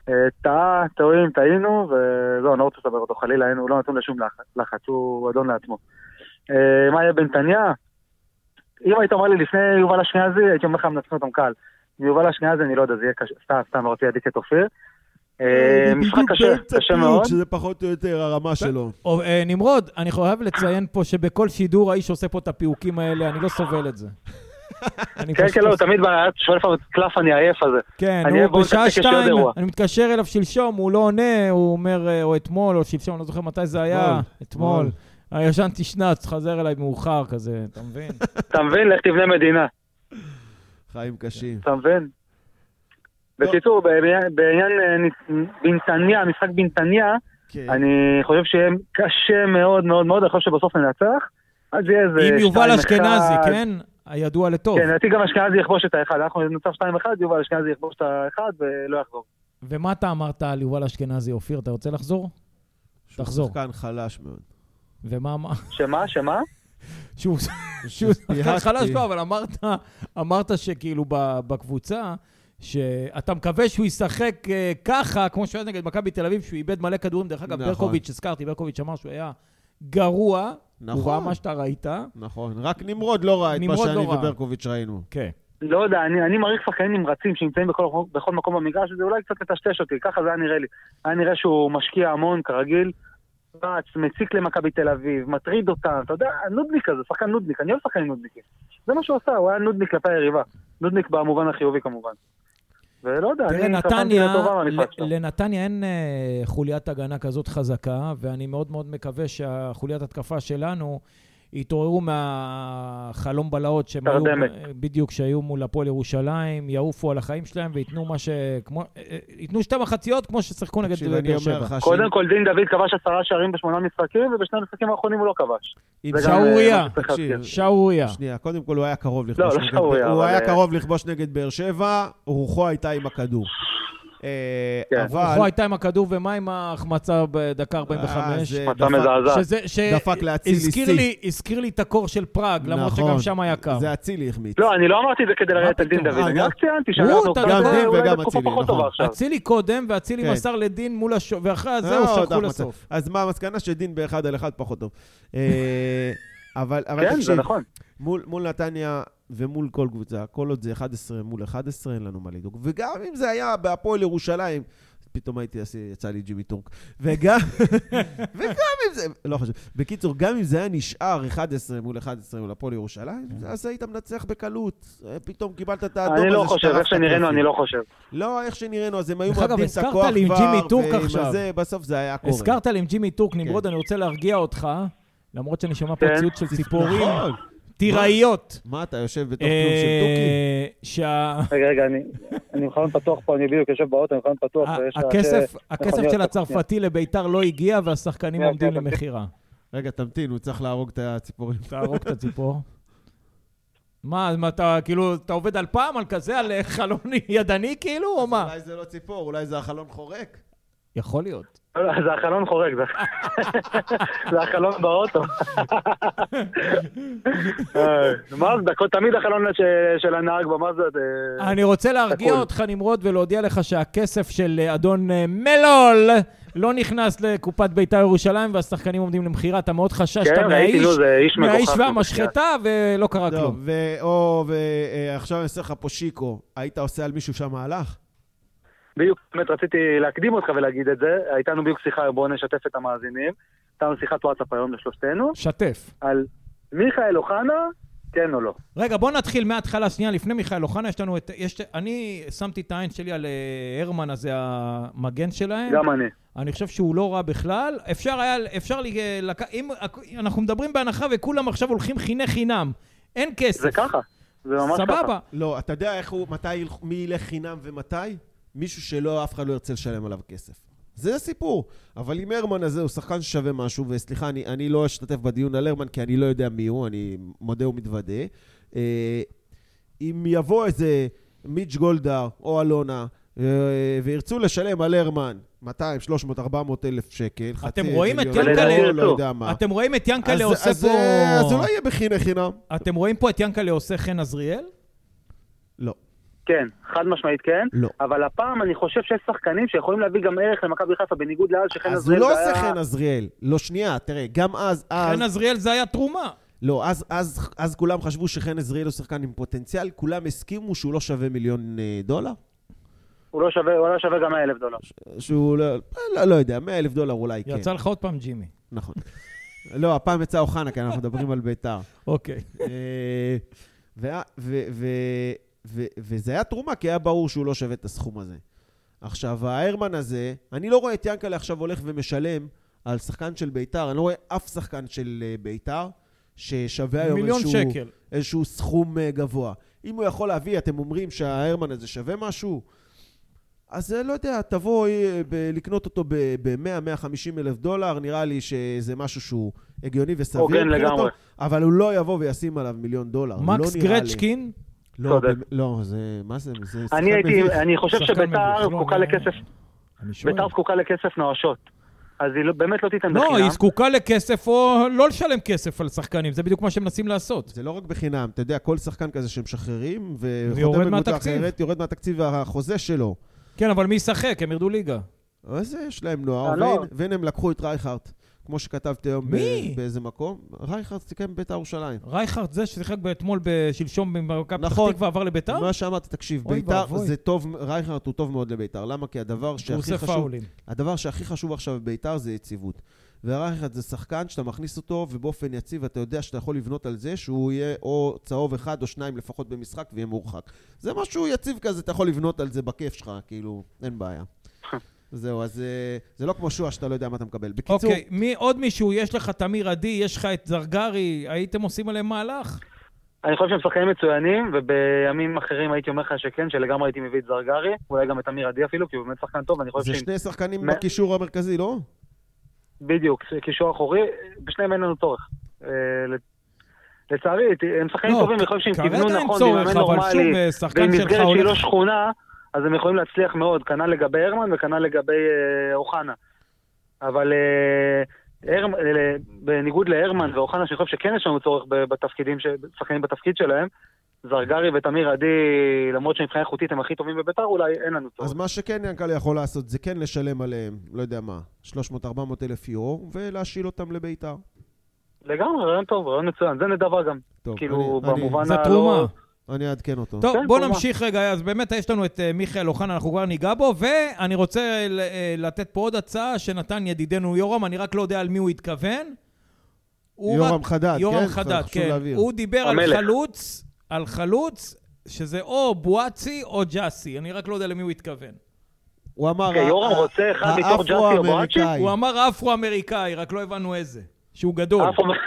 טעינו, וזהו, אני לא רוצה לסבך אותו חלילה, הוא לא נתון לשום לחץ, הוא אדון לעצמו. מה יהיה בנתניה? אם היית אומר לי לפני יובל אשכנזי, הייתי אומר לך מנצחים אותם קל. מיובל אשכנזי, אני לא יודע, זה יהיה קשה, סתם, לא רוצה להדיק את אופיר. משחק קשה מאוד. שזה פחות או יותר הרמה שלו. נמרוד, אני חייב לציין פה שבכל שידור האיש עושה פה את הפיוקים האלה, אני לא סובל את זה. כן, לא, תמיד שואל פעם את קלף אני עייף הזה. כן, הוא בשעה 2, אני מתקשר אליו שלשום, הוא לא עונה, הוא אומר, או אתמול, או שלשום, אני לא זוכר מתי זה היה, אתמול. הישנתי שנץ, חזר אליי מאוחר כזה, אתה מבין? אתה מבין, לך תבנה מדינה. חיים קשים. אתה מבין? בקיצור, בעניין בנתניה, המשחק בנתניה, אני חושב שיהיה קשה מאוד מאוד מאוד, אני חושב שבסוף ננצח. עם יובל אשכנזי, כן? הידוע לטוב. כן, לדעתי גם אשכנזי יכבוש את האחד. אנחנו ננצח 2-1, יובל אשכנזי יכבוש את האחד ולא יחזור. ומה אתה אמרת על יובל אשכנזי, אופיר? אתה רוצה לחזור? תחזור. שהוא שחקן חלש מאוד. ומה? שמה? שהוא שחקן חלש, לא, אבל אמרת שכאילו בקבוצה, שאתה מקווה שהוא ישחק ככה, כמו שהוא נגד מכבי תל אביב, שהוא איבד מלא כדורים. דרך אגב, ברקוביץ', הזכרתי, ברקוביץ' אמר שהוא היה גרוע, הוא ראה מה שאתה ראית. נכון, רק נמרוד לא ראה את מה שאני וברקוביץ' ראינו. כן. לא יודע, אני מעריך שחקנים נמרצים שנמצאים בכל מקום במגרש, וזה אולי קצת מטשטש אותי, ככה זה היה נראה לי. היה נראה שהוא משקיע המון, כרגיל, מציק למכבי תל אביב, מטריד אותם, אתה יודע, נודניק כזה, שחקן נודניק, אני אוהב שחקנים נודניקים. זה מה שהוא עשה, הוא היה נודניק כלפי היריבה. נודניק במובן החיובי כמובן. ולא יודע, אני חפנתי לטובה מהמשחק שלו. לנתניה אין חוליית הגנה כזאת חזקה, ואני מאוד מאוד מקווה שהחוליית התקפה שלנו יתעוררו מהחלום בלהות שהם היו, בדיוק שהיו מול הפועל ירושלים, יעופו על החיים שלהם ויתנו יתנו שתי מחציות כמו ששיחקו נגד באר שבע. קודם כל דין דוד כבש 10 שערים ב8 משחקים, ובשני המשחקים האחרונים הוא לא כבש. שערוריה. שנייה, קודם כל הוא היה קרוב לכבוש נגד באר שבע, רוחו הייתה עם הכדור. רוחו הייתה עם הכדור, ומה עם ההחמצה בדקה 45? דפק להצילי. הזכיר לי את הקור של פראג, למרות שגם שם היה קר. זה הצילי החמיץ. לא, אני לא אמרתי את זה כדי לראות את דין דוד, אני רק ציינתי שאנחנו אולי בתקופה פחות טובה עכשיו. הצילי קודם, והצילי מסר לדין מול ואחרי זה הוא שרקו לסוף. אז מה המסקנה שדין באחד על אחד פחות טוב? אבל כן, זה נכון. מול נתניה ומול כל קבוצה, כל עוד זה 11 מול 11, אין לנו מה לדאוג. וגם אם זה היה בהפועל ירושלים, פתאום יצא לי ג'ימי טורק. וגם אם זה, לא חושב. בקיצור, גם אם זה היה נשאר 11 מול 11 מול הפועל ירושלים, אז היית מנצח בקלות. פתאום קיבלת את האדום הזה. אני לא חושב, איך שנראינו, אני לא חושב. לא, איך שנראינו, אז הם היו מאבדים את הכוח כבר, בסוף זה היה קורה. הזכרת לי עם ג'ימי טורק, נמרוד, אני רוצה להרגיע אותך, למרות שאני שומע פה ציוד של ציפורים. תיראיות. מה, אתה יושב בתוך כלום של טוקי? רגע, אני מכוון פתוח פה, אני בדיוק יושב באוטו, אני מכוון פתוח. הכסף של הצרפתי לביתר לא הגיע, והשחקנים עומדים למחירה. רגע, תמתין, הוא צריך להרוג את הציפורים. תהרוג את הציפור. מה, אתה כאילו, אתה עובד על פעם, על כזה, על חלון ידני כאילו, או מה? אולי זה לא ציפור, אולי זה החלון חורק. יכול להיות. זה החלון חורק, זה החלון באוטו. מה זה, תמיד החלון של הנהג במזד. אני רוצה להרגיע אותך נמרוד ולהודיע לך שהכסף של אדון מלול לא נכנס לקופת בית"ר ירושלים והשחקנים עומדים למחירה. אתה מאוד חששת מהאיש והמשחטה ולא קרה כלום. ועכשיו אני אעשה לך פה שיקו, היית עושה על מישהו שם מהלך? בדיוק, באמת רציתי להקדים אותך ולהגיד את זה. הייתה לנו בדיוק שיחה, בואו נשתף את המאזינים. הייתה לנו שיחת וואטסאפ היום לשלושתנו. שתף. על מיכאל אוחנה, כן או לא. רגע, בואו נתחיל מההתחלה שנייה. לפני מיכאל אוחנה, אני שמתי את העין שלי על הרמן הזה, המגן שלהם. גם אני. אני חושב שהוא לא רע בכלל. אפשר אם אנחנו מדברים בהנחה וכולם עכשיו הולכים חינם. אין כסף. זה ככה. זה ממש ככה. סבבה. לא, אתה יודע מי ילך חינם ומתי? מישהו שלא, אף אחד לא ירצה לשלם עליו כסף. זה הסיפור. אבל אם הרמן הזה הוא שחקן ששווה משהו, וסליחה, אני לא אשתתף בדיון על הרמן, כי אני לא יודע מי הוא, אני מודה ומתוודה. אם יבוא איזה מיץ' גולדהר או אלונה, וירצו לשלם על הרמן 200, 300, 400 אלף שקל, אתם רואים את ינקלה, אתם רואים את ינקלה עושה פה... אז אולי יהיה בחינה חינם. אתם רואים פה את ינקלה עושה חן עזריאל? לא. כן, חד משמעית כן, לא. אבל הפעם אני חושב שיש שחקנים שיכולים להביא גם ערך למכבי חיפה בניגוד לאל שחן עזריאל. אז הוא לא עושה חן עזריאל, לא שנייה, תראה, גם אז... חן עזריאל זה היה תרומה. לא, אז כולם חשבו שחן עזריאל הוא שחקן עם פוטנציאל, כולם הסכימו שהוא לא שווה $1,000,000. הוא לא שווה גם $100,000. שהוא לא יודע, $100,000 אולי כן. יצא לך עוד פעם ג'ימי. נכון. לא, הפעם יצא אוחנה, כי אנחנו מדברים על ביתר. אוקיי. וזה היה תרומה, כי היה ברור שהוא לא שווה את הסכום הזה. עכשיו, ההרמן הזה, אני לא רואה את ינקלה עכשיו הולך ומשלם על שחקן של ביתר, אני לא רואה אף שחקן של ביתר ששווה היום איזשהו סכום גבוה. אם הוא יכול להביא, אתם אומרים שההרמן הזה שווה משהו, אז לא יודע, תבוא לקנות אותו ב$100,000-150,000, נראה לי שזה משהו שהוא הגיוני וסביר. כן, לגמרי. אבל הוא לא יבוא וישים עליו $1,000,000. מקס גרצ'קין? לא, זה, מה זה? אני חושב שביתר זקוקה לכסף. ביתר זקוקה לכסף נואשות. אז היא באמת לא תיתן בחינם. לא, היא זקוקה לכסף או לא לשלם כסף על שחקנים. זה בדיוק מה שהם מנסים לעשות. זה לא רק בחינם. אתה יודע, כל שחקן כזה שמשחררים, ויורד מהתקציב. יורד מהתקציב החוזה שלו. כן, אבל מי ישחק? הם ירדו ליגה. אז יש להם נוער, והנה הם לקחו את רייכרט. כמו שכתבתי היום באיזה מקום, רייכרט שיחק בביתר ירושלים. רייכרט זה ששיחק באתמול בשלשום במכבי פתח תקווה ועבר לביתר? מה שאמרת, תקשיב, ביתר זה טוב, רייכרט הוא טוב מאוד לביתר. למה? כי הדבר שהכי חשוב עכשיו בביתר זה יציבות. ורייכרט זה שחקן שאתה מכניס אותו ובאופן יציב אתה יודע שאתה יכול לבנות על זה שהוא יהיה או צהוב 1 או 2 לפחות במשחק ויהיה מורחק. זה משהו יציב כזה, אתה יכול לבנות על זה בכיף שלך, כאילו, אין בעיה. זהו, אז זה לא כמו שואה שאתה לא יודע מה אתה מקבל. בקיצור... אוקיי, עוד מישהו, יש לך תמיר עדי, יש לך את זרגרי, הייתם עושים עליהם מהלך? אני חושב שהם שחקנים מצוינים, ובימים אחרים הייתי אומר לך שכן, שלגמרי הייתי מביא את זרגרי, אולי גם את תמיר עדי אפילו, כי הוא באמת שחקן טוב, אני חושב זה שני שחקנים בקישור המרכזי, לא? בדיוק, קישור אחורי, בשניהם אין לנו צורך. לצערי, הם שחקנים טובים, אני חושב שהם כיוונו נכון, מאמן נורמלי, במסגרת שהיא לא שכונה, אז הם יכולים להצליח מאוד, כנ"ל לגבי הרמן וכנ"ל לגבי אוחנה. אבל בניגוד להרמן ואוחנה, שאני חושב שכן יש לנו צורך בתפקידים, שחקנים בתפקיד שלהם, זרגרי ותמיר עדי, למרות שמבחינה איכותית הם הכי טובים בביתר, אולי אין לנו צורך. אז מה שכן ינקלה יכול לעשות, זה כן לשלם עליהם, לא יודע מה, 300-400 אלף יורו, ולהשיל אותם לביתר. לגמרי, רעיון טוב, רעיון מצוין, זה נדבר גם. טוב, כאילו, במובן זה תרומה. אני אעדכן אותו. טוב, בוא נמשיך רגע, אז באמת יש לנו את מיכאל אוחנה, אנחנו כבר ניגע בו, ואני רוצה לתת פה עוד הצעה שנתן ידידנו יורם, אני רק לא יודע על מי הוא התכוון. יורם חדד, כן? יורם חדד, כן. הוא דיבר על חלוץ, שזה או בואצי או ג'אסי, אני רק לא יודע למי הוא התכוון. הוא אמר... יורם רוצה אחד מתוך ג'אסי או בואצי? הוא אמר אפרו-אמריקאי, רק לא הבנו איזה. שהוא גדול.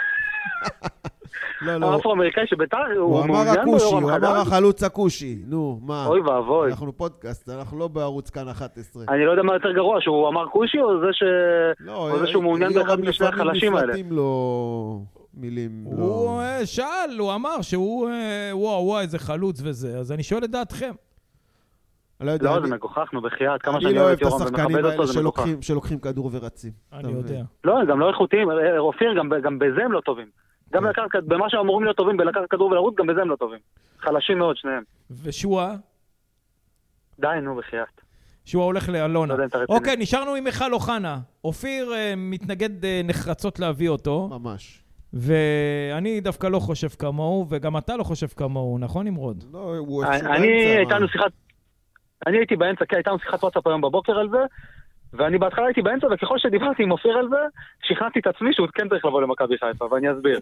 האפרו-אמריקאי שביתר, הוא אמר הקושי, הוא אמר החלוץ הקושי. נו, מה? אוי ואבוי. אנחנו פודקאסט, אנחנו לא בערוץ כאן 11. אני לא יודע מה יותר גרוע, שהוא אמר קושי או זה שהוא מעוניין באחד משני החלשים האלה? נפלטים לו מילים. הוא שאל, הוא אמר שהוא וואו, איזה חלוץ וזה, אז אני שואל את דעתכם. לא, זה מגוחכנו בחייאת, כמה שאני אני לא אוהב את השחקנים האלה שלוקחים כדור ורצים. אני יודע. לא, הם גם לא איכותיים, אופיר, גם בזה הם לא טובים. גם במה שאמורים להיות טובים, בלקח כדור ולרוץ, גם בזה הם לא טובים. חלשים מאוד, שניהם. ושואה? די, נו, בחייאת. שואה הולך לאלונה. אוקיי, נשארנו עם מיכל אוחנה. אופיר מתנגד נחרצות להביא אותו. ממש. ואני דווקא לא חושב כמוהו, וגם אתה לא חושב כמוהו, נכון, נמרוד? לא, הוא באמצע. אני הייתי באמצע, כי הייתה לנו שיחת וואטסאפ היום בבוקר על זה, ואני בהתחלה הייתי באמצע, וככל שדיברתי עם אופיר על זה, שכנעתי את עצמי שהוא כן צריך לבוא למכבי חיפה, ואני אסביר.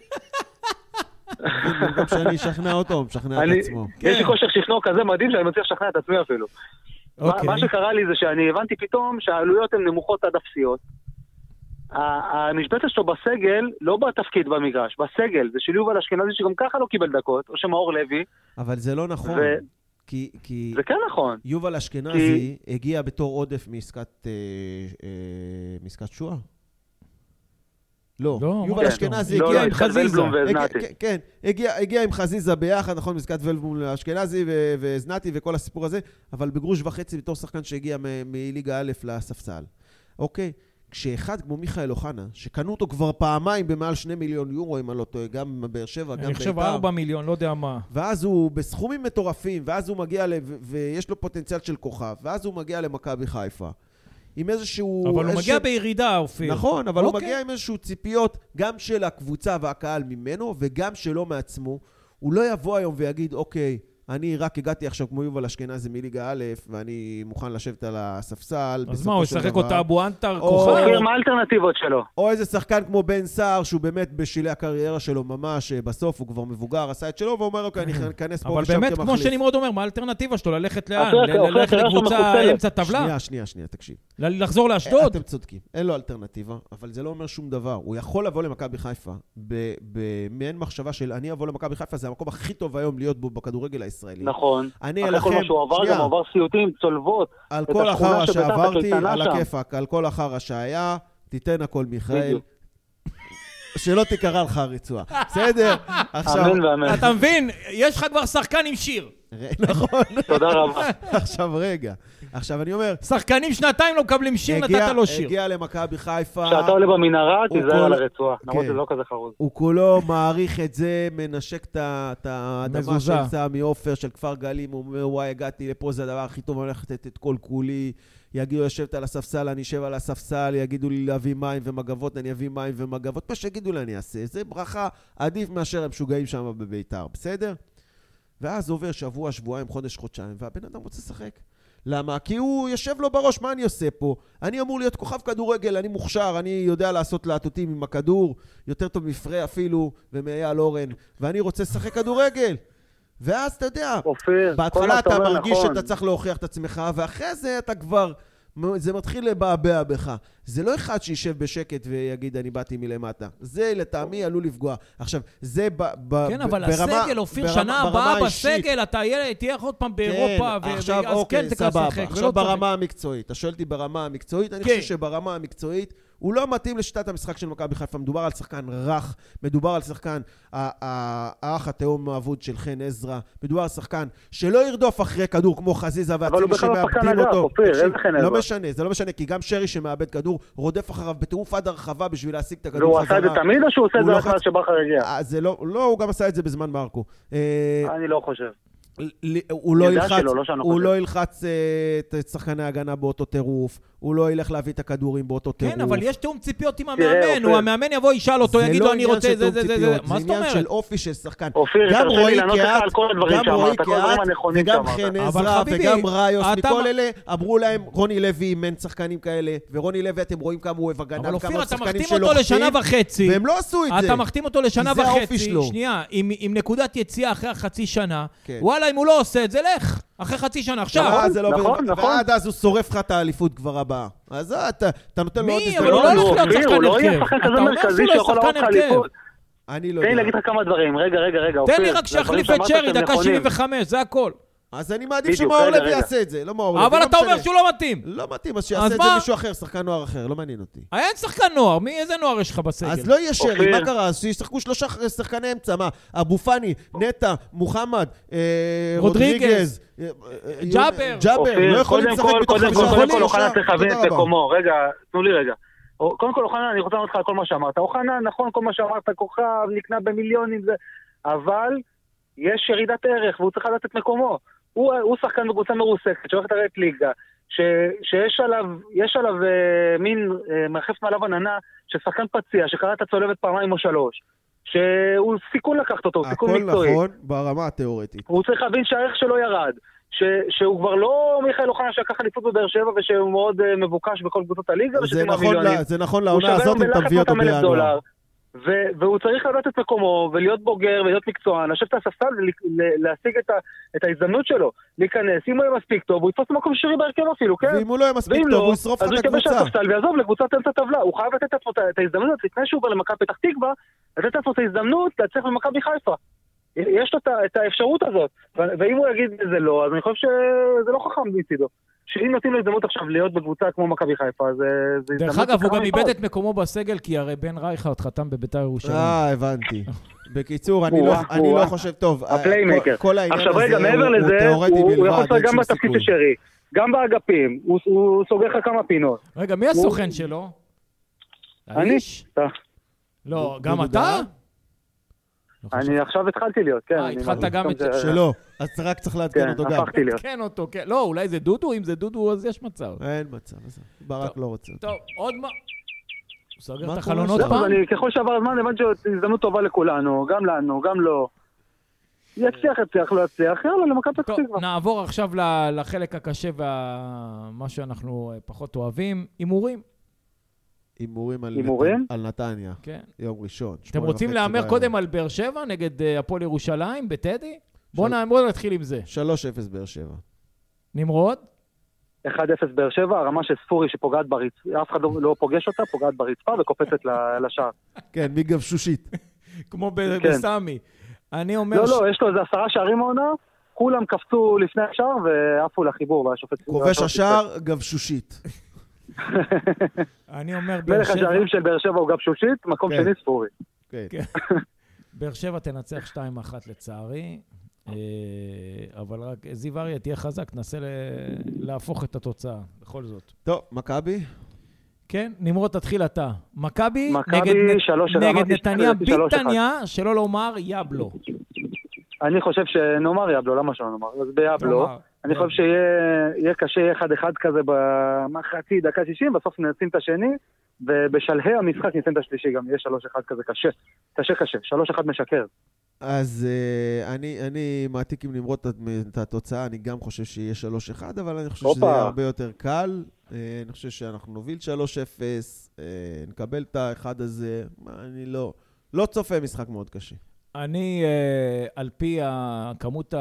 גם שאני אשכנע אותו, הוא משכנע את עצמו. יש לי כושר שכנוע כזה מדהים שאני מצליח לשכנע את עצמי אפילו. מה שקרה לי זה שאני הבנתי פתאום שהעלויות הן נמוכות עד אפסיות. המשבצת שלו בסגל, לא בתפקיד במגרש, בסגל, זה של יובל אשכנזי שגם ככה לא קיבל דקות, או שמאור לוי. אבל זה לא נכון. כי זה כן נכון. יובל אשכנזי הגיע בתור עודף מעסקת שואה? לא. יובל אשכנזי הגיע עם חזיזה. כן, הגיע עם חזיזה ביחד, נכון, מעסקת ולבלום אשכנזי וזנתי וכל הסיפור הזה, אבל בגרוש וחצי בתור שחקן שהגיע מליגה א' לספסל. אוקיי? כשאחד כמו מיכאל אוחנה, שקנו אותו כבר פעמיים במעל 2 מיליון יורו, אם אני לא טועה, גם בבאר שבע, גם ביתר. אני חושב 4 מיליון, לא יודע מה. ואז הוא בסכומים מטורפים, ואז הוא מגיע, ויש לו פוטנציאל של כוכב, ואז הוא מגיע למכבי חיפה. עם איזשהו... אבל הוא מגיע בירידה, אופיר. נכון, אבל הוא מגיע עם איזשהו ציפיות, גם של הקבוצה והקהל ממנו, וגם שלו מעצמו. הוא לא יבוא היום ויגיד, אוקיי, אני רק הגעתי עכשיו כמו יובל אשכנזי מליגה א', ואני מוכן לשבת על הספסל. אז מה, הוא ישחק אותה אבו אנטר כוכב? אופיר, מה האלטרנטיבות שלו? או איזה שחקן כמו בן סער, שהוא באמת בשלהי הקריירה שלו ממש, בסוף הוא כבר מבוגר, עשה את שלו, והוא אומר, אוקיי, אני אכנס פה ושם כמחליף. אבל באמת, כמו שנמרוד אומר, מה האלטרנטיבה שלו? ללכת לאן? ללכת לקבוצה אמצע טבלה? שנייה, תקשיב. לחזור לאשדוד? אתם צודקים, אין לו אלטרנטיבה, אבל זה לא אומר שום דבר. הוא יכול לבוא למכבי חיפה במעין מחשבה של אני אבוא למכבי חיפה, זה המקום הכי טוב היום להיות בו בכדורגל הישראלי. נכון. אחרי כל מה שהוא עבר, גם עבר סיוטים, צולבות. על כל החרא שעברתי, על הכיפק, על כל החרא שהיה, תיתן הכל מיכאל. שלא תקרא לך ריצוע. בסדר? אמן ואמן. אתה מבין? יש לך כבר שחקן עם שיר. נכון. תודה רבה. עכשיו רגע. עכשיו אני אומר... שחקנים שנתיים לא מקבלים שיר, נתת לו שיר. הגיע למכבי חיפה. כשאתה עולה במנהרה, תיזהר על הרצועה. למרות זה לא כזה חרוז. הוא כולו מעריך את זה, מנשק את האדמה של סמי עופר, של כפר גלים. הוא אומר, וואי, הגעתי לפה, זה הדבר הכי טוב, אני הולך לתת את כל כולי. יגידו לשבת על הספסל, אני אשב על הספסל, יגידו לי להביא מים ומגבות, אני אביא מים ומגבות. מה שיגידו לי אני אעשה. זה ברכה עדיף מאשר הם שוגעים שם בביתר. בסדר? ואז עובר שבוע, שבועיים, חודש, חודשיים, והבן אדם רוצה לשחק. למה? כי הוא יושב לו בראש, מה אני עושה פה? אני אמור להיות כוכב כדורגל, אני מוכשר, אני יודע לעשות להטוטים עם הכדור, יותר טוב מפרי אפילו, ומאייל אורן, ואני רוצה לשחק כדורגל. ואז אתה יודע, אופיר, בהתחלה אתה מרגיש שאתה צריך להוכיח את עצמך, ואחרי זה אתה כבר זה מתחיל לבעבע בך. זה לא אחד שישב בשקט ויגיד, אני באתי מלמטה. זה לטעמי עלול לפגוע. עכשיו, זה ברמה... כן, אבל הסגל, אופיר, שנה הבאה בסגל, אתה תהיה עוד פעם באירופה, עכשיו, אוקיי, סבבה. עכשיו ברמה המקצועית. אתה שואל אותי ברמה המקצועית, אני חושב שברמה המקצועית, הוא לא מתאים לשיטת המשחק של מכבי חיפה. מדובר על שחקן רך, מדובר על שחקן האח התאום האבוד של חן עזרא, מדובר על שחקן שלא ירדוף אחרי כדור כמו חזיזה והצילי שמאבדים אותו. לא משנה, זה לא משנה, כי גם שרי שמאבד כדור רודף אחריו בטירוף עד הרחבה בשביל להשיג את הכדור חזרה. והוא עשה את זה תמיד או שהוא עושה את זה רק מאז שבכר הגיע? לא, הוא גם עשה את זה בזמן מרקו. אני לא חושב. הוא לא ילחץ את שחקני ההגנה באותו טירוף, הוא לא ילך להביא את הכדורים באותו טירוף. כן, אבל יש תאום ציפיות עם המאמן, המאמן יבוא, ישאל אותו, יגיד לו אני רוצה, זה. מה זאת אומרת? זה עניין של אופי של שחקן. אופיר, גם רועי קיאט, וגם חן עזרא וגם ראיוס, מכל אלה אמרו להם, רוני לוי אימן שחקנים כאלה, ורוני לוי אתם רואים כמה הוא אוהב הגנה, אבל אופיר, אתה מחתים אותו לשנה וחצי. והם לא עשו את זה. אתה מחתים אותו לשנה וחצי, שנייה, עם נקודת יציאה אחרי חצי שנה, וואלה, אם הוא לא עושה את זה, לך. אחרי חצי שנה, עכשיו. נכון. ועד אז הוא שורף לך את האליפות כבר הבאה. אז אתה נותן לו עוד מי? אבל הוא לא הולך להיות שחקן הרכב. הוא לא יהיה שחקן כזה מרכזי שיכול לעוד לך אליפות. אני לא יודע. תן לי להגיד לך כמה דברים. רגע. תן לי רק שיחליף את שרי, דקה 75, זה הכל. אז אני מעדיף שמאור לוי יעשה את זה, לא מאור לוי. אבל אתה אומר שהוא לא מתאים. לא מתאים, אז שיעשה את זה מישהו אחר, שחקן נוער אחר, לא מעניין אותי. אין שחקן נוער, איזה נוער יש לך בסגל? אז לא יהיה שרי, מה קרה? אז שישחקו 3 שחקני אמצע, מה? אבו פאני, נטע, מוחמד, רודריגז, ג'אבר, לא יכולים לשחק בתוך 5. קודם כל אוחנה צריך להבין את מקומו. רגע, תנו לי רגע. קודם כל אוחנה, אני רוצה לומר לך על כל מה שאמרת. אוחנה, נכון, כל מה שאמרת, כוכב, נקנה במיליונים, אבל יש ירידת ערך, והוא צריך לדעת את מקומו. הוא שחקן בקבוצה מרוסקת, שהולכת לרדת ליגה, שיש עליו מין מרחפת מעליו עננה, ששחקן פציע, שקרא את הצולבת 2 או 3, שהוא סיכון לקחת אותו, סיכון מקצועי. הכל נכון ברמה התיאורטית. הוא צריך להבין שהערך שלו ירד, שהוא כבר לא מיכאל אוחנה שלקח אליפות בבאר שבע, ושהוא מאוד מבוקש בכל קבוצות הליגה, זה נכון לעונה הזאת אם תביא אותו בינואר. והוא צריך לדעת את מקומו, ולהיות בוגר, ולהיות מקצוען, לשבת על הספסל ולהשיג את ההזדמנות שלו, להיכנס, אם הוא יהיה מספיק טוב, הוא יתפוס במקום שרי בהרכב אפילו, כן? ואם הוא לא יהיה מספיק טוב, הוא ישרוף לך את הקבוצה. אז הוא יקבל את הספסל ויעזוב לקבוצת אמצע טבלה, הוא חייב לתת את ההזדמנות, לפני שהוא עובר למכבי פתח תקווה, לתת את ההזדמנות להצליח במכבי חיפה. יש לו את האפשרות הזאת, ואם הוא יגיד זה לא, אז אני חושב שזה לא חכם מצידו. שאם נותנים לו הזדמנות עכשיו להיות בקבוצה כמו מכבי חיפה, זה דרך אגב, הוא גם איבד את מקומו בסגל, כי הרי בן רייכרד חתם בבית"ר ירושלים. הבנתי. בקיצור, אני לא חושב טוב. הפליימקר. כל העניין עכשיו רגע, מעבר לזה, הוא יכול לעשות גם בתפקיד של שרי, גם באגפים, הוא סוגר לך כמה פינות. רגע, מי הסוכן שלו? אני? לא, גם אתה? אני עכשיו התחלתי להיות, כן. התחלת גם את שלו, אז רק צריך לעדכן אותו גם. כן, הפכתי להיות. כן אותו, כן. לא, אולי זה דודו, אם זה דודו אז יש מצב. אין מצב, ברק לא רוצה. טוב, עוד מה? הוא סוגר את החלונות פעם? ככל שעבר הזמן, הבנתי שהזדמנות טובה לכולנו, גם לנו, גם לא. יצליח, לא יצליח, יאללה, למכבי פתח תקווה. נעבור עכשיו לחלק הקשה ומה שאנחנו פחות אוהבים, הימורים. הימורים על נתניה. כן. יום ראשון. אתם רוצים להמר קודם על באר שבע נגד הפועל ירושלים בטדי? בואו נתחיל עם זה. 3-0 באר שבע. נמרוד? 1-0 באר שבע, הרמה של ספורי שפוגעת ברצפה, אף אחד לא פוגש אותה, פוגעת ברצפה וקופצת לשער. כן, מגבשושית. כמו בסמי. אני אומר... לא, יש לו איזה 10 שערים העונה, כולם קפצו לפני השער ועפו לחיבור, והשופט... כובש השער, גבשושית. אני אומר באר מלך שבע... השערים של באר שבע הוא גבשושית, מקום שני ספורי. באר שבע תנצח 2-1 לצערי, אבל רק זיו אריה תהיה חזק, תנסה להפוך את התוצאה, בכל זאת. טוב, מכבי? כן, נמרוד תתחיל אתה. מכבי נגד נתניה ביתניה, שלא לומר יבלו. אני חושב שנאמר יבלו, למה שלא נאמר? אז ביבלו. אני חושב שיהיה קשה 1-1 כזה במחצית, דקה 60, בסוף נשים את השני, ובשלהי המשחק ניתן את השלישי גם, יהיה 3-1 כזה קשה. קשה. 3-1 משקר. אז אני מעתיק עם נמרוד את התוצאה, אני גם חושב שיהיה 3-1, אבל אני חושב שזה יהיה הרבה יותר קל. אני חושב שאנחנו נוביל 3-0, נקבל את האחד הזה, אני לא צופה משחק מאוד קשה. אני, על פי כמות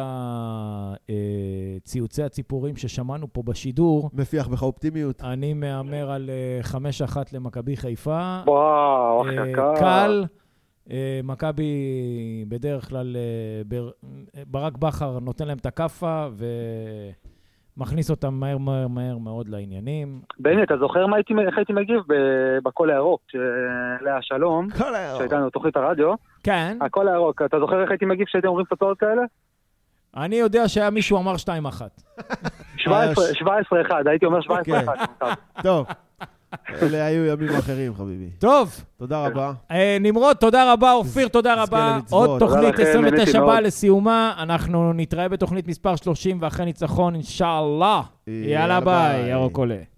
ציוצי הציפורים ששמענו פה בשידור, מפיח בך אופטימיות. אני מאמר על 5-1 למכבי חיפה. וואו, קל. מכבי בדרך כלל, ברק בכר נותן להם את הכפה ומכניס אותם מהר מאוד לעניינים. בני, אתה זוכר איך הייתי מגיב בקול הירוק, לאה שלום, שהייתנו תוכנית הרדיו? כן. הקול הירוק, אתה זוכר איך הייתי מגיב שהייתם אומרים תוצאות כאלה? אני יודע שהיה מישהו אמר 2-1. 17-1, הייתי אומר 17-1. טוב. אלה היו ימים אחרים, חביבי. טוב. תודה רבה. נמרוד, תודה רבה. אופיר, תודה רבה. עוד תוכנית 29 באה לסיומה. אנחנו נתראה בתוכנית מספר 30 ואחרי ניצחון, אינשאללה. יאללה ביי, ירוק עולה.